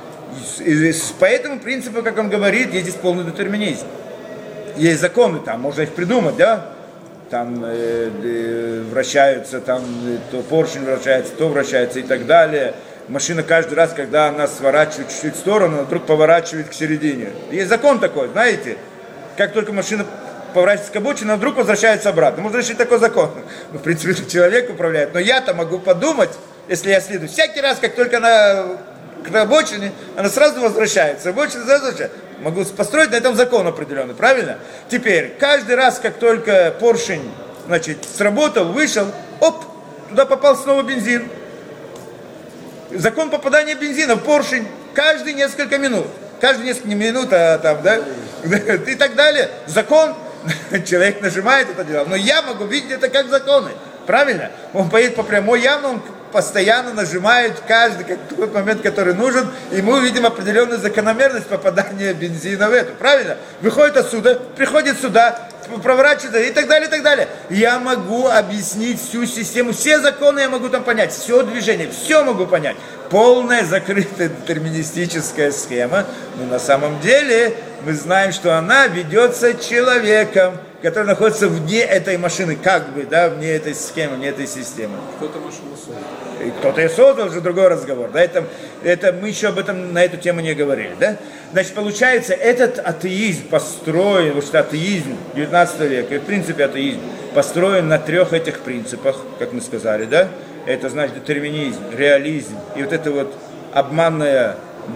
Speaker 2: И по этому принципу, как он говорит, есть здесь полный детерминизм. Есть законы, там можно их придумать, да? Там э, э, вращаются, там то поршень вращается, то вращается и так далее. машина каждый раз, когда она сворачивает чуть-чуть в сторону, она вдруг поворачивает к середине. Есть закон такой, знаете, как только машина поворачивается к обочине, она вдруг возвращается обратно. Можно решить такой закон. Ну, в принципе, человек управляет. Но я-то могу подумать, если я следую, всякий раз, как только она к обочине, она сразу возвращается. Обочина сразу возвращается. Могу построить на этом закон определенный, правильно? Теперь, каждый раз, как только поршень, значит, сработал, вышел, оп, туда попал снова бензин. Закон попадания бензина в поршень каждые несколько минут. Каждые несколько минут, а там, да, и так далее. Закон, человек нажимает это дело. Но я могу видеть это как законы, правильно? Он поедет по прямой, явно он постоянно нажимает каждый какой момент, который нужен, и мы увидим определенную закономерность попадания бензина в эту, правильно? Выходит отсюда, приходит сюда, проворачивается и так далее, и так далее. Я могу объяснить всю систему, все законы я могу там понять, все движение, все могу понять. Полная закрытая детерминистическая схема, но на самом деле мы знаем, что она ведется человеком, который находится вне этой машины, как бы, да, вне этой схемы, вне этой системы.
Speaker 3: Кто-то машину создал.
Speaker 2: И кто-то и создал, уже другой разговор. Да, это, это, мы еще об этом, на эту тему не говорили. Да? Значит, получается, этот атеизм построен, потому что атеизм девятнадцатого века, и в принципе атеизм, построен на трех этих принципах, как мы сказали, да? Это значит детерминизм, реализм и вот эта вот обманная,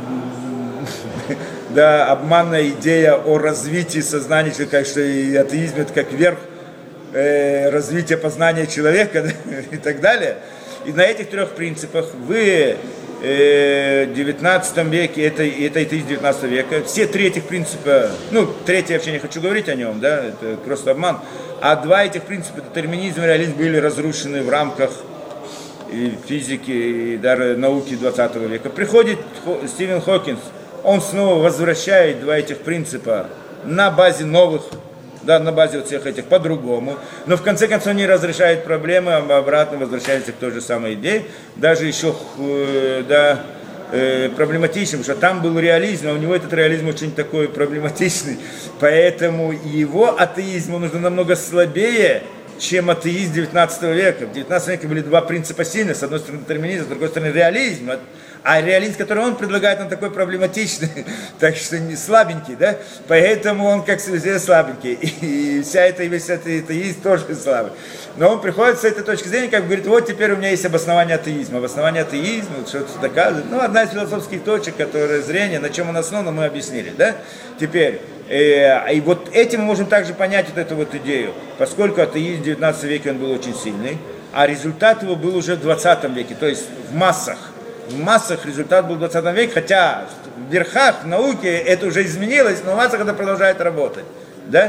Speaker 2: да, обманная идея о развитии сознания человека, что и атеизм это как верх э, развития познания человека, да, и так далее. И на этих трех принципах в э, девятнадцатом веке, это, это атеизм девятнадцатого века, все три этих принципа, ну, третий я вообще не хочу говорить о нем, да, это просто обман, а два этих принципа, детерминизм и реализм, были разрушены в рамках и физики, и даже науки двадцатого века. Приходит Стивен Хокинс, он снова возвращает два этих принципа на базе новых, да, на базе вот всех этих по-другому, но в конце концов не разрешает проблемы, а обратно возвращается к той же самой идее, даже еще, да, э, проблематичным, потому что там был реализм, а у него этот реализм очень такой проблематичный, поэтому его атеизму нужно намного слабее, чем атеизм девятнадцатого века. В девятнадцатом веке были два принципа сильных, с одной стороны детерминизм, с другой стороны реализм. А реализм, который он предлагает, он такой проблематичный, так что не слабенький, да? Поэтому он как везде слабенький. И вся эта, весь этот атеизм тоже слабый. Но он приходит с этой точки зрения, как говорит, вот теперь у меня есть обоснование атеизма. Обоснование атеизма, что-то доказывает. Ну, одна из философских точек, которая зрение, на чем он основан, мы объяснили, да? Теперь, э, и вот этим мы можем также понять вот эту вот идею. Поскольку атеизм в девятнадцатом веке он был очень сильный, а результат его был уже в двадцатом веке, то есть в массах. В массах результат был в двадцатом веке, хотя в верхах, в науке это уже изменилось, но в массах это продолжает работать. Да?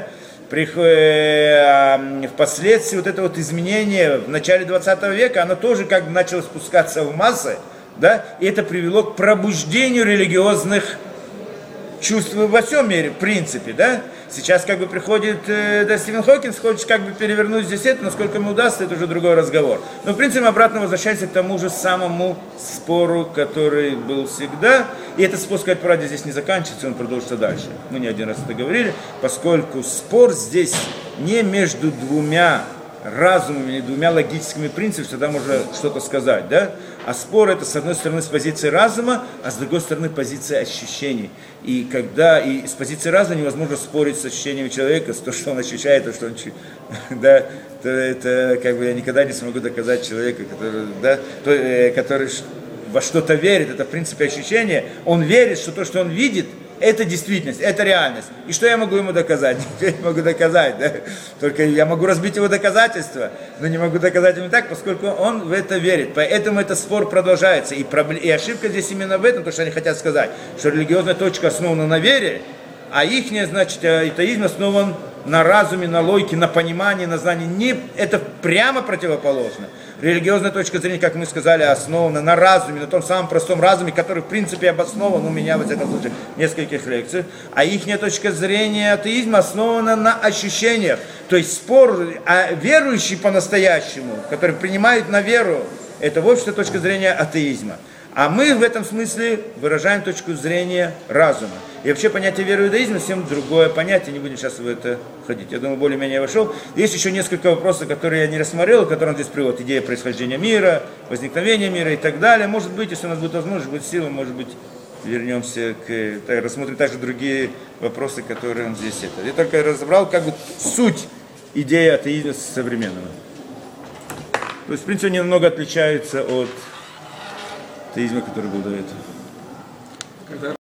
Speaker 2: Впоследствии вот это вот изменение в начале двадцатого века, оно тоже как бы начало спускаться в массы, да? И это привело к пробуждению религиозных чувств во всем мире, в принципе, да? Сейчас как бы приходит э, да, Стивен Хокинс, хочет как бы перевернуть здесь это, насколько ему удастся, это уже другой разговор. Но в принципе мы обратно возвращаемся к тому же самому спору, который был всегда. И этот спор, сказать правде, здесь не заканчивается, он продолжится дальше. Мы не один раз это говорили, поскольку спор здесь не между двумя разумами, двумя логическими принципами, тогда можно что-то сказать, да? А спор это с одной стороны с позиции разума, а с другой стороны позиция ощущений. И когда и с позиции разума невозможно спорить с ощущениями человека, с то, что он ощущает, то, что он, да, то это как бы я никогда не смогу доказать человека, который, да, то, э, который во что-то верит, это в принципе ощущение, он верит, что то, что он видит, это действительность, это реальность. И что я могу ему доказать? Я не могу доказать, да? Только я могу разбить его доказательства, но не могу доказать ему так, поскольку он в это верит. Поэтому этот спор продолжается. И, проблем... и ошибка здесь именно в этом, то, что они хотят сказать, что религиозная точка основана на вере, а их, значит, атеизм основан на разуме, на логике, на понимании, на знании. Не... Это прямо противоположно. Религиозная точка зрения, как мы сказали, основана на разуме, на том самом простом разуме, который в принципе обоснован у меня, во всяком случае, в нескольких лекциях. А их точка зрения атеизма основана на ощущениях. То есть спор, а верующий по-настоящему, который принимает на веру, это в общем точка зрения атеизма. А мы в этом смысле выражаем точку зрения разума. И вообще понятие веры в иудаизм совсем другое понятие, не будем сейчас в это ходить. Я думаю, более-менее вошел. Есть еще несколько вопросов, которые я не рассмотрел, которые он здесь приводит. Идея происхождения мира, возникновения мира и так далее. Может быть, если у нас будет возможность, будет сила, может быть, вернемся к... Так, рассмотрим также другие вопросы, которые он здесь это. Я только разобрал как бы суть идеи атеизма современного. То есть, в принципе, они немного отличаются от атеизма, который был до этого.